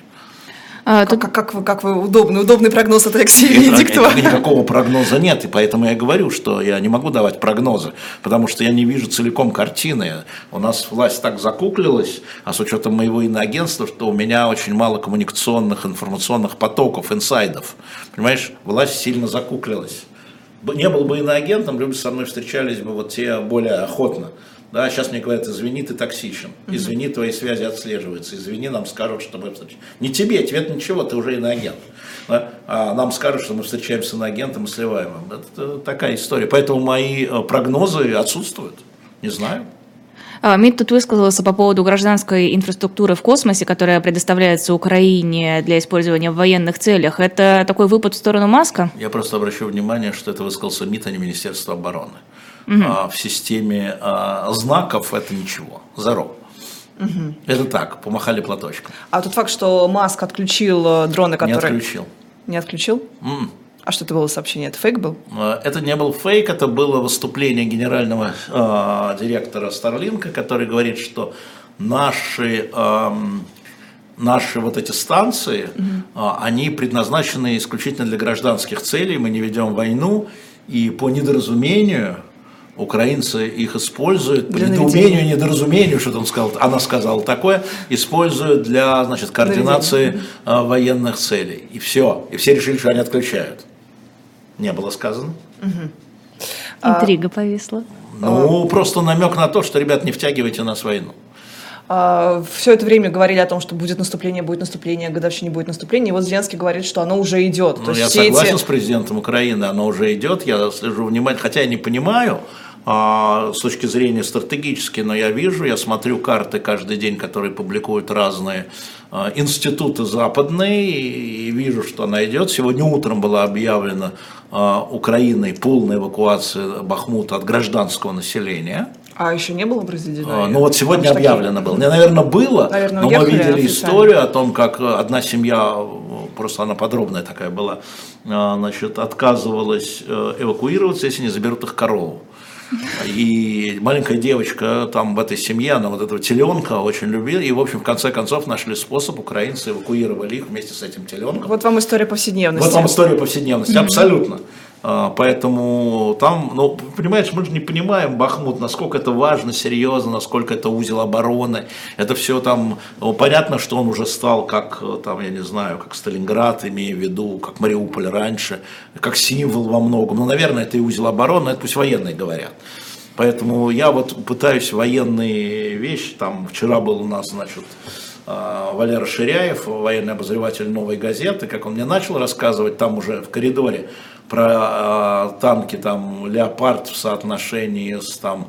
Как вы удобный прогноз от Алексея Венедиктова. Никакого прогноза нет, и поэтому я говорю, что я не могу давать прогнозы, потому что я не вижу целиком картины. У нас власть так закуклилась, а с учетом моего иноагентства, что у меня очень мало коммуникационных, информационных потоков, инсайдов. Понимаешь, власть сильно закуклилась. Не был бы иноагентом, люди со мной встречались бы вот те более охотно. Да, сейчас мне говорят, извини, ты токсичен, извини, твои связи отслеживаются, извини, нам скажут, что мы встречаемся. Не тебе ничего, ты уже иноагент. Да? А нам скажут, что мы встречаемся с иноагентом и сливаем. Это такая история. Поэтому мои прогнозы отсутствуют. Не знаю. МИД тут высказался по поводу гражданской инфраструктуры в космосе, которая предоставляется Украине для использования в военных целях. Это такой выпад в сторону Маска? Я просто обращу внимание, что это высказался МИД, а не Министерство обороны. В системе знаков это ничего, zero. Это так, помахали платочком. А тот факт, что Маск отключил дроны, которые... Не отключил. Не отключил? А что это было сообщение? Это фейк был? Это не был фейк, это было выступление генерального директора Starlink, который говорит, что наши вот эти станции, они предназначены исключительно для гражданских целей, мы не ведем войну, и по недоразумению украинцы их используют, по недоумению и недоразумению, что он сказал, она сказала такое, используют для, значит, координации военных целей. И все. И все решили, что они отключают. Не было сказано. Интрига повисла. Ну, просто намек на то, что, ребят, не втягивайте нас в войну. Все это время говорили о том, что будет наступление, годовщине будет наступление. И вот Зеленский говорит, что оно уже идет. Ну, я согласен с президентом Украины, оно уже идет. Я слежу внимательно, хотя я не понимаю с точки зрения стратегической, но я вижу, я смотрю карты каждый день, которые публикуют разные институты западные, и вижу, что она идет. Сегодня утром была объявлена Украиной полная эвакуация Бахмута от гражданского населения. А еще не было произведено? Ну вот сегодня объявлено было. Наверное, было, но мы видели историю о том, как одна семья, просто она подробная такая была, значит, отказывалась эвакуироваться, если не заберут их корову. И маленькая девочка там в этой семье, она вот этого теленка очень любила, и в общем в конце концов нашли способ, украинцы эвакуировали их вместе с этим теленком. Вот вам история повседневности. Вот вам история повседневности, абсолютно. Поэтому там, ну, понимаешь, мы же не понимаем, Бахмут, насколько это важно, серьезно, насколько это узел обороны. Это все там, ну, понятно, что он уже стал как, там, я не знаю, как Сталинград, имея в виду, как Мариуполь раньше, как символ во многом. Ну, наверное, это и узел обороны, это пусть военные говорят. Поэтому я вот пытаюсь военные вещи, там, вчера был у нас, значит, Валера Ширяев, военный обозреватель «Новой газеты», как он мне начал рассказывать там уже в коридоре про танки там «Леопард» в соотношении с там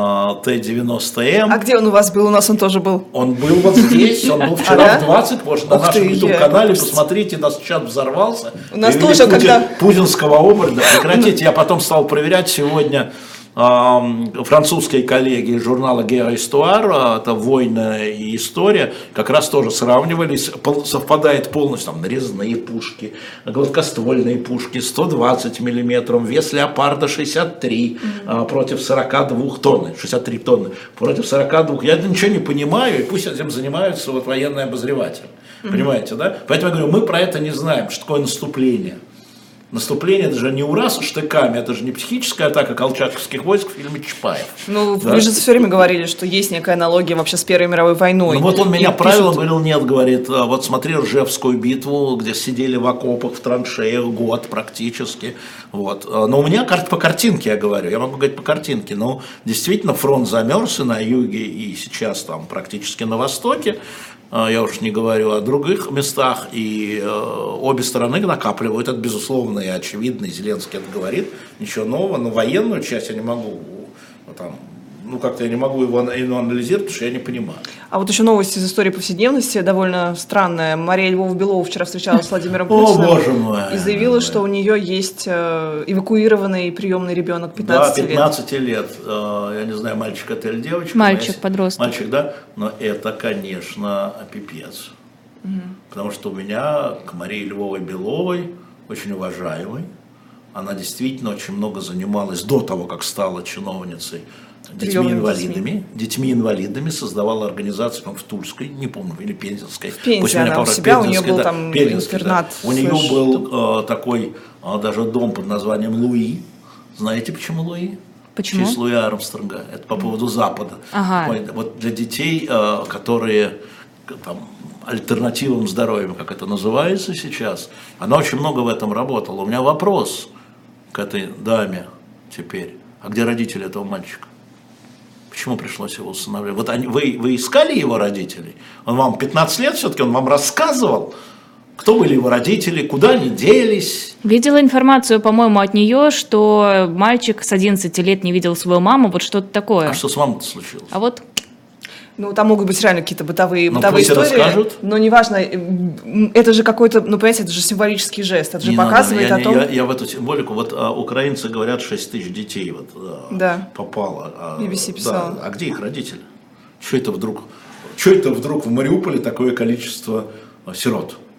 Т-90М. А где он у вас был? У нас он тоже был. Он был вот здесь, он был вчера в 20, может, на нашем YouTube-канале, посмотрите, наш чат взорвался. У нас тоже, когда... Путинского образа, прекратите, я потом стал проверять сегодня французские коллеги из журнала «Guerre Histoire», это «Война и история», как раз тоже сравнивались, совпадает полностью, там нарезные пушки, гладкоствольные пушки, 120 миллиметров, вес «Леопарда» 63 против 42 тонн, 63 тонны против 42. Я ничего не понимаю, и пусть этим занимаются вот военные обозреватели, понимаете, да? Поэтому я говорю, мы про это не знаем, что такое наступление. Наступление, это же не ура со штыками, это же не психическая атака колчаковских войск в фильме «Чапаев». Ну, да? Вы же все время говорили, что есть некая аналогия вообще с Первой мировой войной. Ну вот он меня правил, говорил, нет, говорит, вот смотри Ржевскую битву, где сидели в окопах, в траншеях год практически. Вот. Но у меня по картинке, я говорю, я могу говорить по картинке, но действительно фронт замерз и на юге, и сейчас там практически на востоке. Я уж не говорю о других местах, и обе стороны накапливают, это безусловно и очевидно, и Зеленский это говорит, ничего нового, но военную часть я не могу, там, ну как-то я не могу его анализировать, потому что я не понимаю. А вот еще новость из истории повседневности, довольно странная. Мария Львова-Белова вчера встречалась с Владимиром Путиным. О, боже мой. И заявила, что у нее есть эвакуированный приемный ребенок 15 лет. Да, 15 лет. Я не знаю, мальчик это или девочка. Мальчик, подросток. Мальчик, да. Но это, конечно, пипец. Потому что у меня к Марии Львовой-Беловой, очень уважаемой, она действительно очень много занималась до того, как стала чиновницей, детьми-инвалидами, создавала организацию, по-моему, в Тульской, не помню, или Пензенской. В Пензе она у себя, у нее был там интернат. Да. У нее был такой даже дом под названием Луи. Знаете, почему Луи? Почему? В честь Луи Армстронга. Это по поводу Запада. Ага. Вот для детей, которые там, альтернативным здоровьем, как это называется сейчас, она очень много в этом работала. У меня вопрос к этой даме теперь. А где родители этого мальчика? Почему пришлось его усыновлять? Вот вы искали его родителей? Он вам 15 лет все-таки, он вам рассказывал, кто были его родители, куда они делись? Видела информацию, по-моему, от нее, что мальчик с 11 лет не видел свою маму, вот что-то такое. А что с мамой-то случилось? А вот... Ну, там могут быть реально какие-то бытовые истории, расскажут. Но неважно, это же какой-то, ну, понимаете, это же символический жест, это же показывает о том... Я в эту символику, вот украинцы говорят, 6 тысяч детей вот, попало. BBC писала. Да, а где их родители? Что это вдруг в Мариуполе такое количество сирот?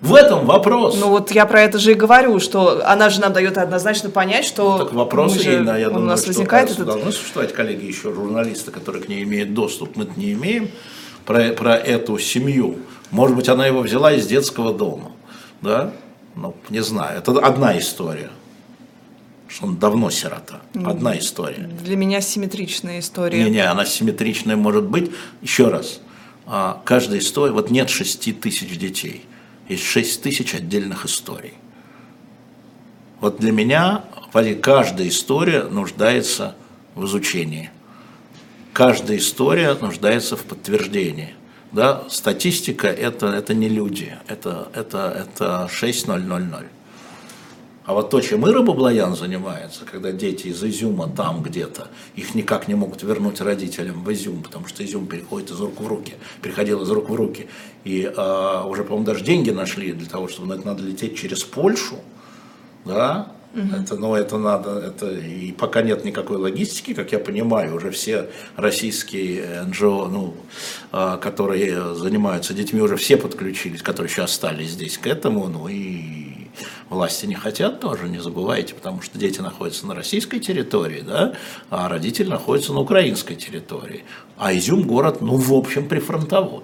В этом вопрос. Ну вот я про это же и говорю, что она же нам дает однозначно понять, что так вопрос, я думаю, у нас что возникает этот... должны существовать, коллеги, еще журналисты, которые к ней имеют доступ, мы-то не имеем, про эту семью. Может быть, она его взяла из детского дома, да? Ну, не знаю, это одна история. Что он давно сирота. Одна история. Для меня симметричная история. Не, она симметричная может быть. Еще раз. Каждая история, вот нет 6 тысяч детей. Есть 6 тысяч отдельных историй. Вот для меня каждая история нуждается в изучении. Каждая история нуждается в подтверждении. Да? Статистика это не люди, это 6000. А вот то, чем Ира Баблоян занимается, когда дети из Изюма там где-то, их никак не могут вернуть родителям в Изюм, потому что Изюм переходит из рук в руки, переходил из рук в руки. И уже, по-моему, даже деньги нашли для того, чтобы надо лететь через Польшу, да? Это надо, и пока нет никакой логистики, как я понимаю, уже все российские НГО, которые занимаются детьми, уже все подключились, которые еще остались здесь к этому, и власти не хотят тоже, не забывайте, потому что дети находятся на российской территории, да, а родители находятся на украинской территории, а Изюм город, в общем, прифронтовой.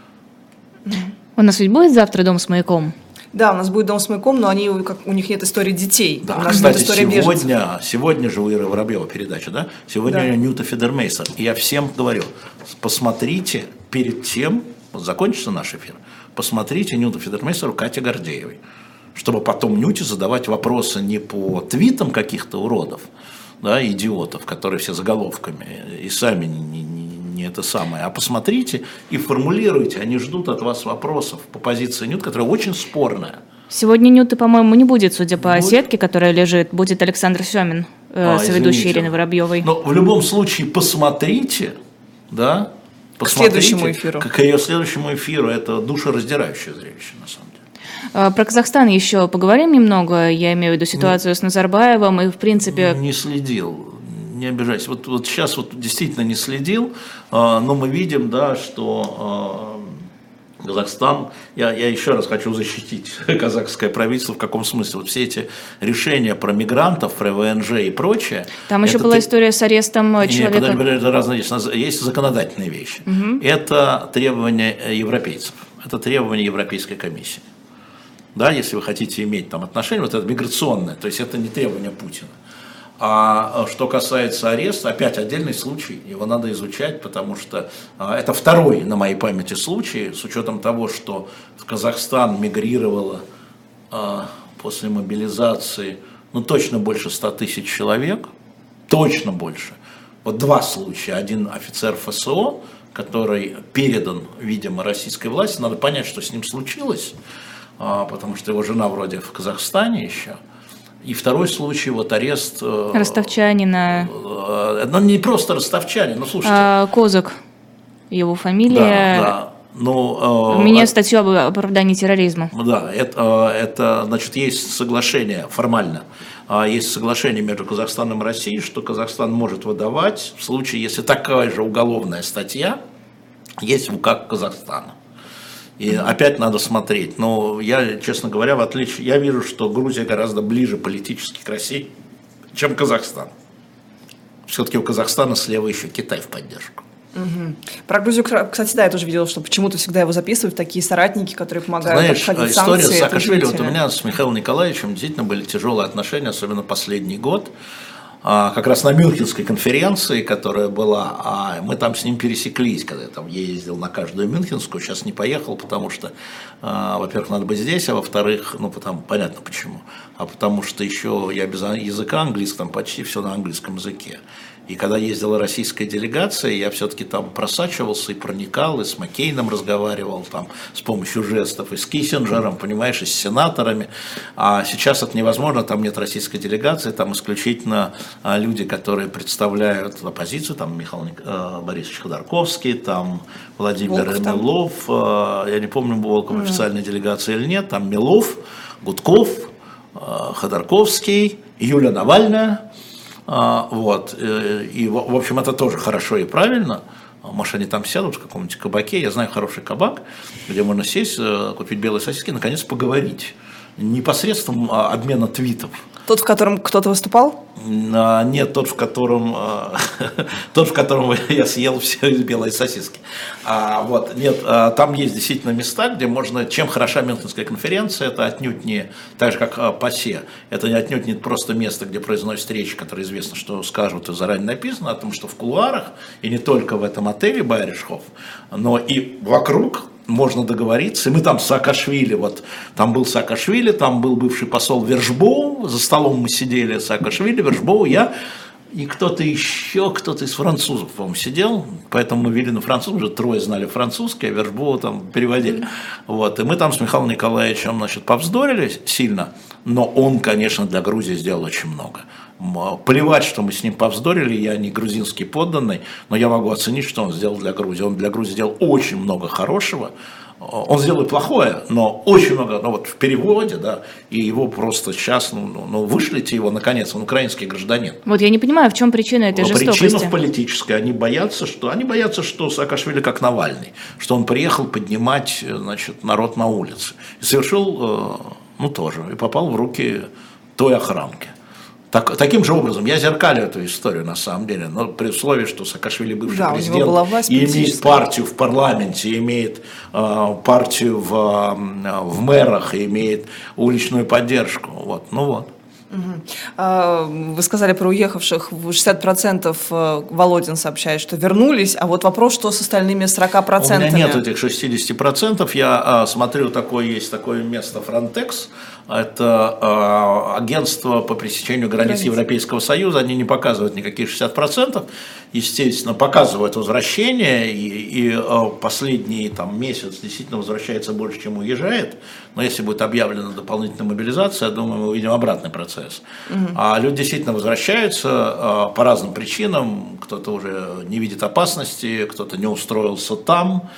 У нас ведь будет завтра дом с маяком? Да, у нас будет дом с маяком, но у них нет истории детей. Да, у нас кстати, история сегодня же у Иры Воробьева передача, да? Сегодня да. Нюта Федермейстер. И я всем говорю, посмотрите перед тем, закончится наш эфир, посмотрите Нюту Федермейстеру Кате Гордеевой, чтобы потом Нюте задавать вопросы не по твитам каких-то уродов, да, идиотов, которые все заголовками и сами не это самое, а посмотрите и формулируйте, они ждут от вас вопросов по позиции Нют, которая очень спорная. Сегодня Нюты, по-моему, не будет, судя по сетке, которая лежит, будет Александр Семин, соведущий Ирины Воробьевой. Но в любом случае посмотрите, да, к следующему эфиру. К ее следующему эфиру, это душераздирающее зрелище, на самом деле. Про Казахстан еще поговорим немного, я имею в виду ситуацию с Назарбаевым и, в принципе... Не следил, не обижайся. Вот сейчас действительно не следил, но мы видим, да, что Казахстан, я еще раз хочу защитить казахское правительство, в каком смысле, вот все эти решения про мигрантов, про ВНЖ и прочее. Там еще была история с арестом человека. Это разные вещи. Есть законодательные вещи. Это требования европейцев, это требования Европейской комиссии. Да, если вы хотите иметь там отношения, вот это миграционное, то есть это не требование Путина. А что касается ареста, опять отдельный случай, его надо изучать, потому что это второй на моей памяти случай, с учетом того, что в Казахстан мигрировало после мобилизации, точно больше 100 тысяч человек, точно больше. Вот два случая, один офицер ФСО, который передан, видимо, российской власти, надо понять, что с ним случилось, потому что его жена вроде в Казахстане еще. И второй случай, арест... Ростовчанина. Не просто ростовчанин, слушайте. Козак, его фамилия. Да. У меня статью об оправдании терроризма. Да, это, значит, есть соглашение формально. Есть соглашение между Казахстаном и Россией, что Казахстан может выдавать в случае, если такая же уголовная статья есть в УК Казахстана. И опять надо смотреть. Но я, честно говоря, я вижу, что Грузия гораздо ближе политически к России, чем Казахстан. Все-таки у Казахстана слева еще Китай в поддержку. Угу. Про Грузию, кстати, да, я тоже видела, что почему-то всегда его записывают такие соратники, которые помогают обходить санкции. История с Саакашвили, у меня с Михаилом Николаевичем действительно были тяжелые отношения, особенно последний год. Как раз на Мюнхенской конференции, которая была, мы там с ним пересеклись, когда я там ездил на каждую Мюнхенскую, сейчас не поехал, потому что, во-первых, надо быть здесь, а во-вторых, понятно почему, потому что еще я без языка английского, там почти все на английском языке. И когда ездила российская делегация, я все-таки там просачивался и проникал, и с Маккейном разговаривал там с помощью жестов, и с Киссинджером, понимаешь, и с сенаторами. А сейчас это невозможно, там нет российской делегации, там исключительно люди, которые представляют оппозицию, там Михаил Борисович Ходорковский, там Владимир Милов, я не помню, Волков в официальной делегации или нет, там Милов, Гудков, Ходорковский, Юлия Навальная. Вот. И, в общем, это тоже хорошо и правильно. Может, они там сядут в каком-нибудь кабаке. Я знаю хороший кабак, где можно сесть, купить белые сосиски и, наконец, поговорить. Не посредством обмена твитов. Тот, в котором кто-то выступал? Нет, тот, в котором я съел все белые сосиски. Вот, нет, там есть действительно места, где можно, чем хороша Мюнхенская конференция, это отнюдь не, так же как ПАСЕ, это отнюдь не просто место, где произносят речи, которые известно, что скажут и заранее написано, о том, что в кулуарах, и не только в этом отеле Байришхоф, но и вокруг можно договориться, и мы там с Саакашвили, вот там был Саакашвили, там был бывший посол Вершбоу, за столом мы сидели, Саакашвили, Вершбоу, я и кто-то еще, кто-то из французов, по-моему, сидел, поэтому мы вели на французском, уже трое знали французский, а Вершбоу там переводили, вот, и мы там с Михаилом Николаевичем, значит, повздорили сильно, но он, конечно, для Грузии сделал очень много. Плевать, что мы с ним повздорили, я не грузинский подданный, но я могу оценить, что он сделал для Грузии. Он для Грузии сделал очень много хорошего. Он сделал и плохое, но очень много, ну вот в переводе, да, и его просто сейчас, вышлите его, наконец, он украинский гражданин. Вот я не понимаю, в чем причина этой жестокости. Причина политическая. Они боятся, что Саакашвили как Навальный, что он приехал поднимать, значит, народ на улице. И совершил, тоже, и попал в руки той охранки. Таким же образом, я зеркалю эту историю на самом деле, но при условии, что Саакашвили бывший президент и имеет партию в парламенте, имеет партию в мэрах, и имеет уличную поддержку. Вот. Вы сказали про уехавших, 60% Володин сообщает, что вернулись, а вот вопрос, что с остальными 40%? У меня нет этих 60%, я смотрю, есть такое место Frontex, это агентство по пресечению границ Европейского Союза, они не показывают никаких 60%, естественно, показывают возвращение, и последний месяц действительно возвращается больше, чем уезжает, но если будет объявлена дополнительная мобилизация, я думаю, мы увидим обратный процесс. А люди действительно возвращаются по разным причинам, кто-то уже не видит опасности, кто-то не устроился там.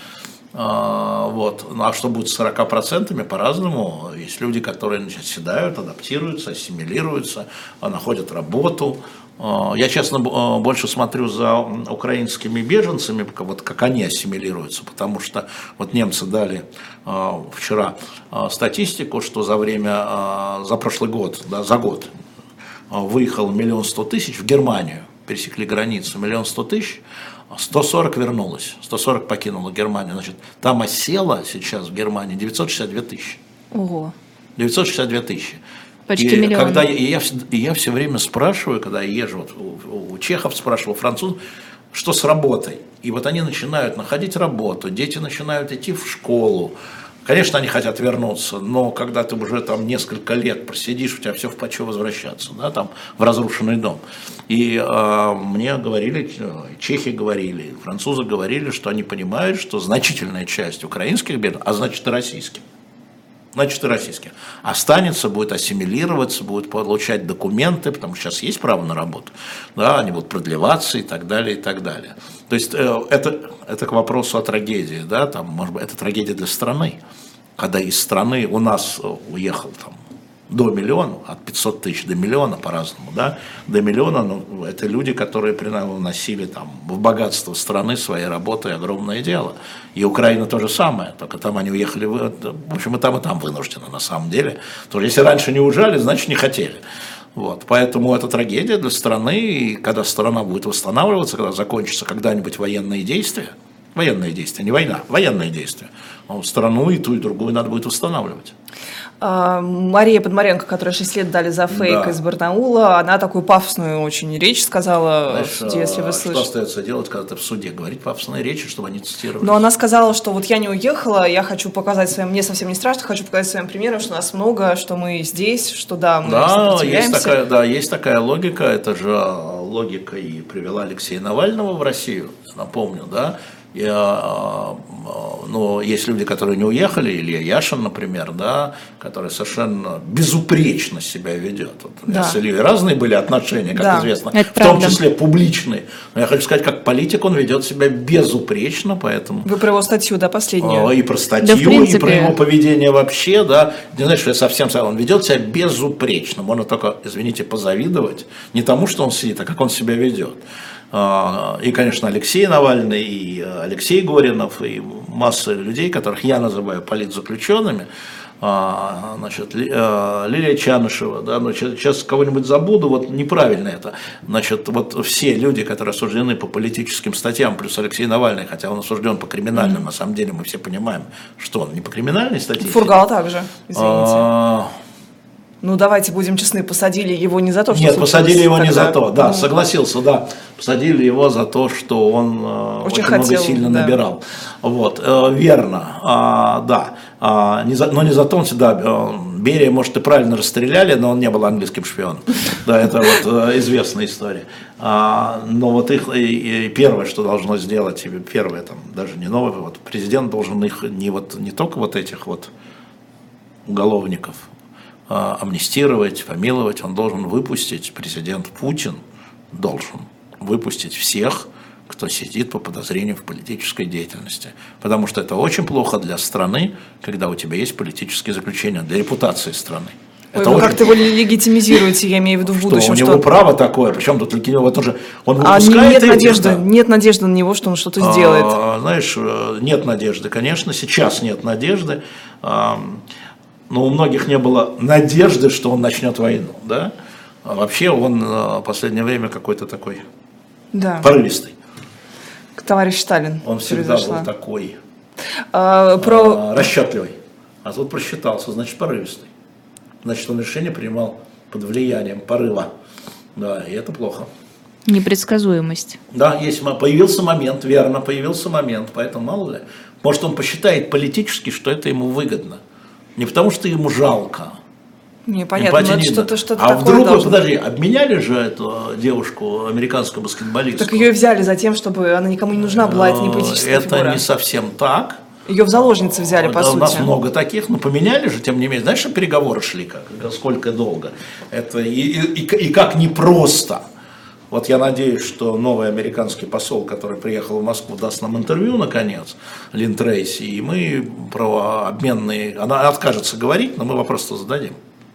Вот. А что будет с 40%? По-разному. Есть люди, которые седают, адаптируются, ассимилируются, находят работу. Я, честно, больше смотрю за украинскими беженцами, как они ассимилируются, потому что немцы дали вчера статистику, что за прошлый год, за год выехало 1 100 000 в Германию, пересекли границу 1 100 000, 140 вернулось, 140 покинуло Германию. Значит, там осело сейчас в Германии 962 000. Ого. 962 000. Почти миллион. Когда я все время спрашиваю, когда я езжу, у чехов спрашивал, французов, что с работой. И они начинают находить работу, дети начинают идти в школу. Конечно, они хотят вернуться, но когда ты уже несколько лет просидишь, у тебя все в почёт возвращаться, да, в разрушенный дом. И мне говорили, чехи говорили, французы говорили, что они понимают, что значительная часть украинских беженцев, а значит и российских, останется, будет ассимилироваться, будет получать документы, потому что сейчас есть право на работу, да, они будут продлеваться и так далее, и так далее. То есть это к вопросу о трагедии, да, может быть, это трагедия для страны, когда из страны у нас уехал до миллиона, от 500 000 до миллиона по-разному, да, до миллиона, это люди, которые приносили в богатство страны своей работой огромное дело. И Украина то же самое, только там они уехали, в общем, и там вынуждены на самом деле. То есть, если раньше не уезжали, значит не хотели. Вот, поэтому это трагедия для страны, и когда страна будет восстанавливаться, когда закончатся когда-нибудь военные действия, не война, военные действия, страну и ту, и другую надо будет восстанавливать. Мария Подмаренко, которая 6 лет дали за фейк из Барнаула, она такую пафосную очень речь сказала. Знаешь, если вы слышите. Что остается делать, когда ты в суде говорить пафосные речи, чтобы они цитировали? Но она сказала, что я не уехала, я хочу показать мне совсем не страшно, хочу показать своим примером, что нас много, что мы здесь, что мы сопротивляемся. Есть такая логика, это же логика и привела Алексея Навального в Россию, напомню, да, Но есть люди, которые не уехали, Илья Яшин, например, да, который совершенно безупречно себя ведет. Вот у меня с Ильей разные были отношения, как известно, в том числе публичные. Но я хочу сказать, как политик он ведет себя безупречно, поэтому... Вы про его статью, да, последнюю? И про статью, и про его поведение вообще, да. Не знаю, что я совсем... Он ведет себя безупречно. Можно только, извините, позавидовать. Не тому, что он сидит, а как он себя ведет. И, конечно, Алексей Навальный, и Алексей Горинов, и масса людей, которых я называю политзаключенными, значит, Лилия Чанышева, да, но сейчас кого-нибудь забуду, вот неправильно это, значит, вот все люди, которые осуждены по политическим статьям, плюс Алексей Навальный, хотя он осужден по криминальным, на самом деле мы все понимаем, что он не по криминальной статье. Фургал также, извините. Ну, давайте будем честны, посадили его не за то, что... Нет, посадили его не за то, да, согласился, да. Посадили его за то, что он очень много сильно набирал. Вот, верно, да. Но не за то, он всегда... Берия, может, и правильно расстреляли, но он не был английским шпионом. Да, это вот известная история. Но вот их первое, что должно сделать, первое, там, даже не новое, вот президент должен их не только вот этих вот уголовников амнистировать, помиловать, он должен выпустить, президент Путин должен выпустить всех, кто сидит по подозрению в политической деятельности. Потому что это очень плохо для страны, когда у тебя есть политические заключения, для репутации страны. Ой, вы как-то его легитимизируете, я имею в виду в будущем. Что у него право такое, причем тут он выпускает нет надежды на него, что он что-то сделает. Знаешь, нет надежды, конечно, сейчас нет надежды. Но у многих не было надежды, что он начнет войну, да? А вообще он в последнее время какой-то такой порывистый. Товарищ Сталин. Он всегда был такой расчетливый. А тут просчитался, значит, порывистый. Значит, он решение принимал под влиянием порыва. Да, и это плохо. Непредсказуемость. Да, появился момент, верно, поэтому мало ли. Может, он посчитает политически, что это ему выгодно. Не потому, что ему жалко. Непонятно, но что-то такое вдруг, подожди, обменяли же эту девушку, американскую баскетболистку? Так ее взяли за тем, чтобы она никому не нужна была, это не политическая фигура. Это не совсем так. Ее в заложницы взяли, по сути. У нас много таких, но поменяли же, тем не менее. Знаешь, что переговоры шли, сколько долго? Это и как непросто. Вот я надеюсь, что новый американский посол, который приехал в Москву, даст нам интервью, наконец, Лин Трейси, и мы про обменные... Она откажется говорить, но мы вопрос-то зададим.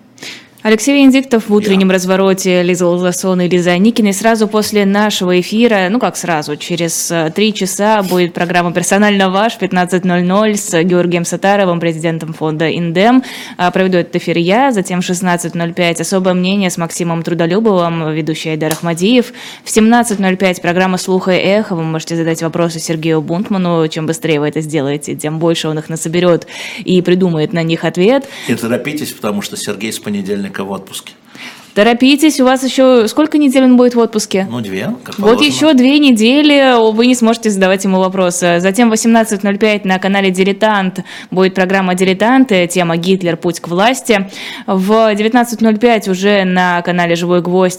Алексей Венедиктов в утреннем развороте, Лиза Лазарсон и Лиза Аникина. И сразу после нашего эфира, через 3 часа будет программа «Персонально ваш» 15:00 с Георгием Сатаровым, президентом фонда «Индем». Проведу этот эфир я, затем в 16:05 «Особое мнение» с Максимом Трудолюбовым, ведущий Айдар Ахмадиев. В 17:05 программа «Слух и эхо». Вы можете задать вопросы Сергею Бунтману. Чем быстрее вы это сделаете, тем больше он их насоберет и придумает на них ответ. Не торопитесь, потому что Сергей с понедельника в отпуске. Торопитесь, у вас еще сколько недель он будет в отпуске? 2, как Вот положено. еще 2 недели вы не сможете задавать ему вопросы. Затем в 18:05 на канале «Дилетант» будет программа «Дилетанты», тема «Гитлер. Путь к власти». В 19:05 уже на канале «Живой гвоздь»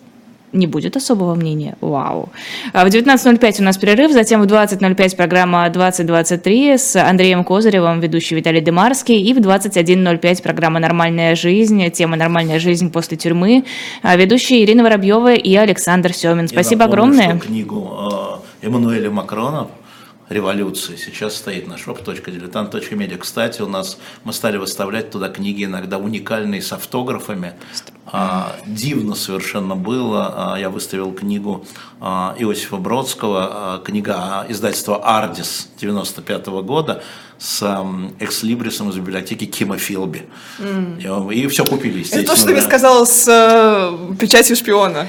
не будет особого мнения. Вау. В 19:05 у нас перерыв, затем в 20:05 программа «2023» с Андреем Козыревым, ведущий Виталий Демарский, и в 21:05 программа «Нормальная жизнь», тема «Нормальная жизнь после тюрьмы», ведущие Ирина Воробьева и Александр Семин. Спасибо огромное. Что книгу Эммануэля Макрона «Революции» сейчас стоит на shop.diletant.media. Кстати, мы стали выставлять туда книги иногда уникальные с автографами. Дивно совершенно было. Я выставил книгу Иосифа Бродского, книга издательства «Ардис» 95 года с экслибрисом из библиотеки Кима Филби. И все купили, естественно. Это то, что ты мне сказала с печатью шпиона.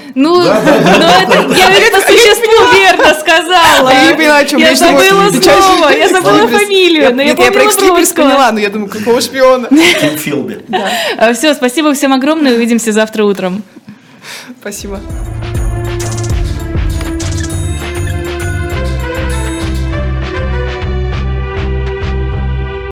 Я по существу верно сказала. Я не поняла, о чем я забыла слово, я забыла фамилию, но я помнила про экслибрис поняла, но я думаю, какого шпиона? Ким Филби. Все, спасибо всем огромное, увидимся завтра утром. Спасибо.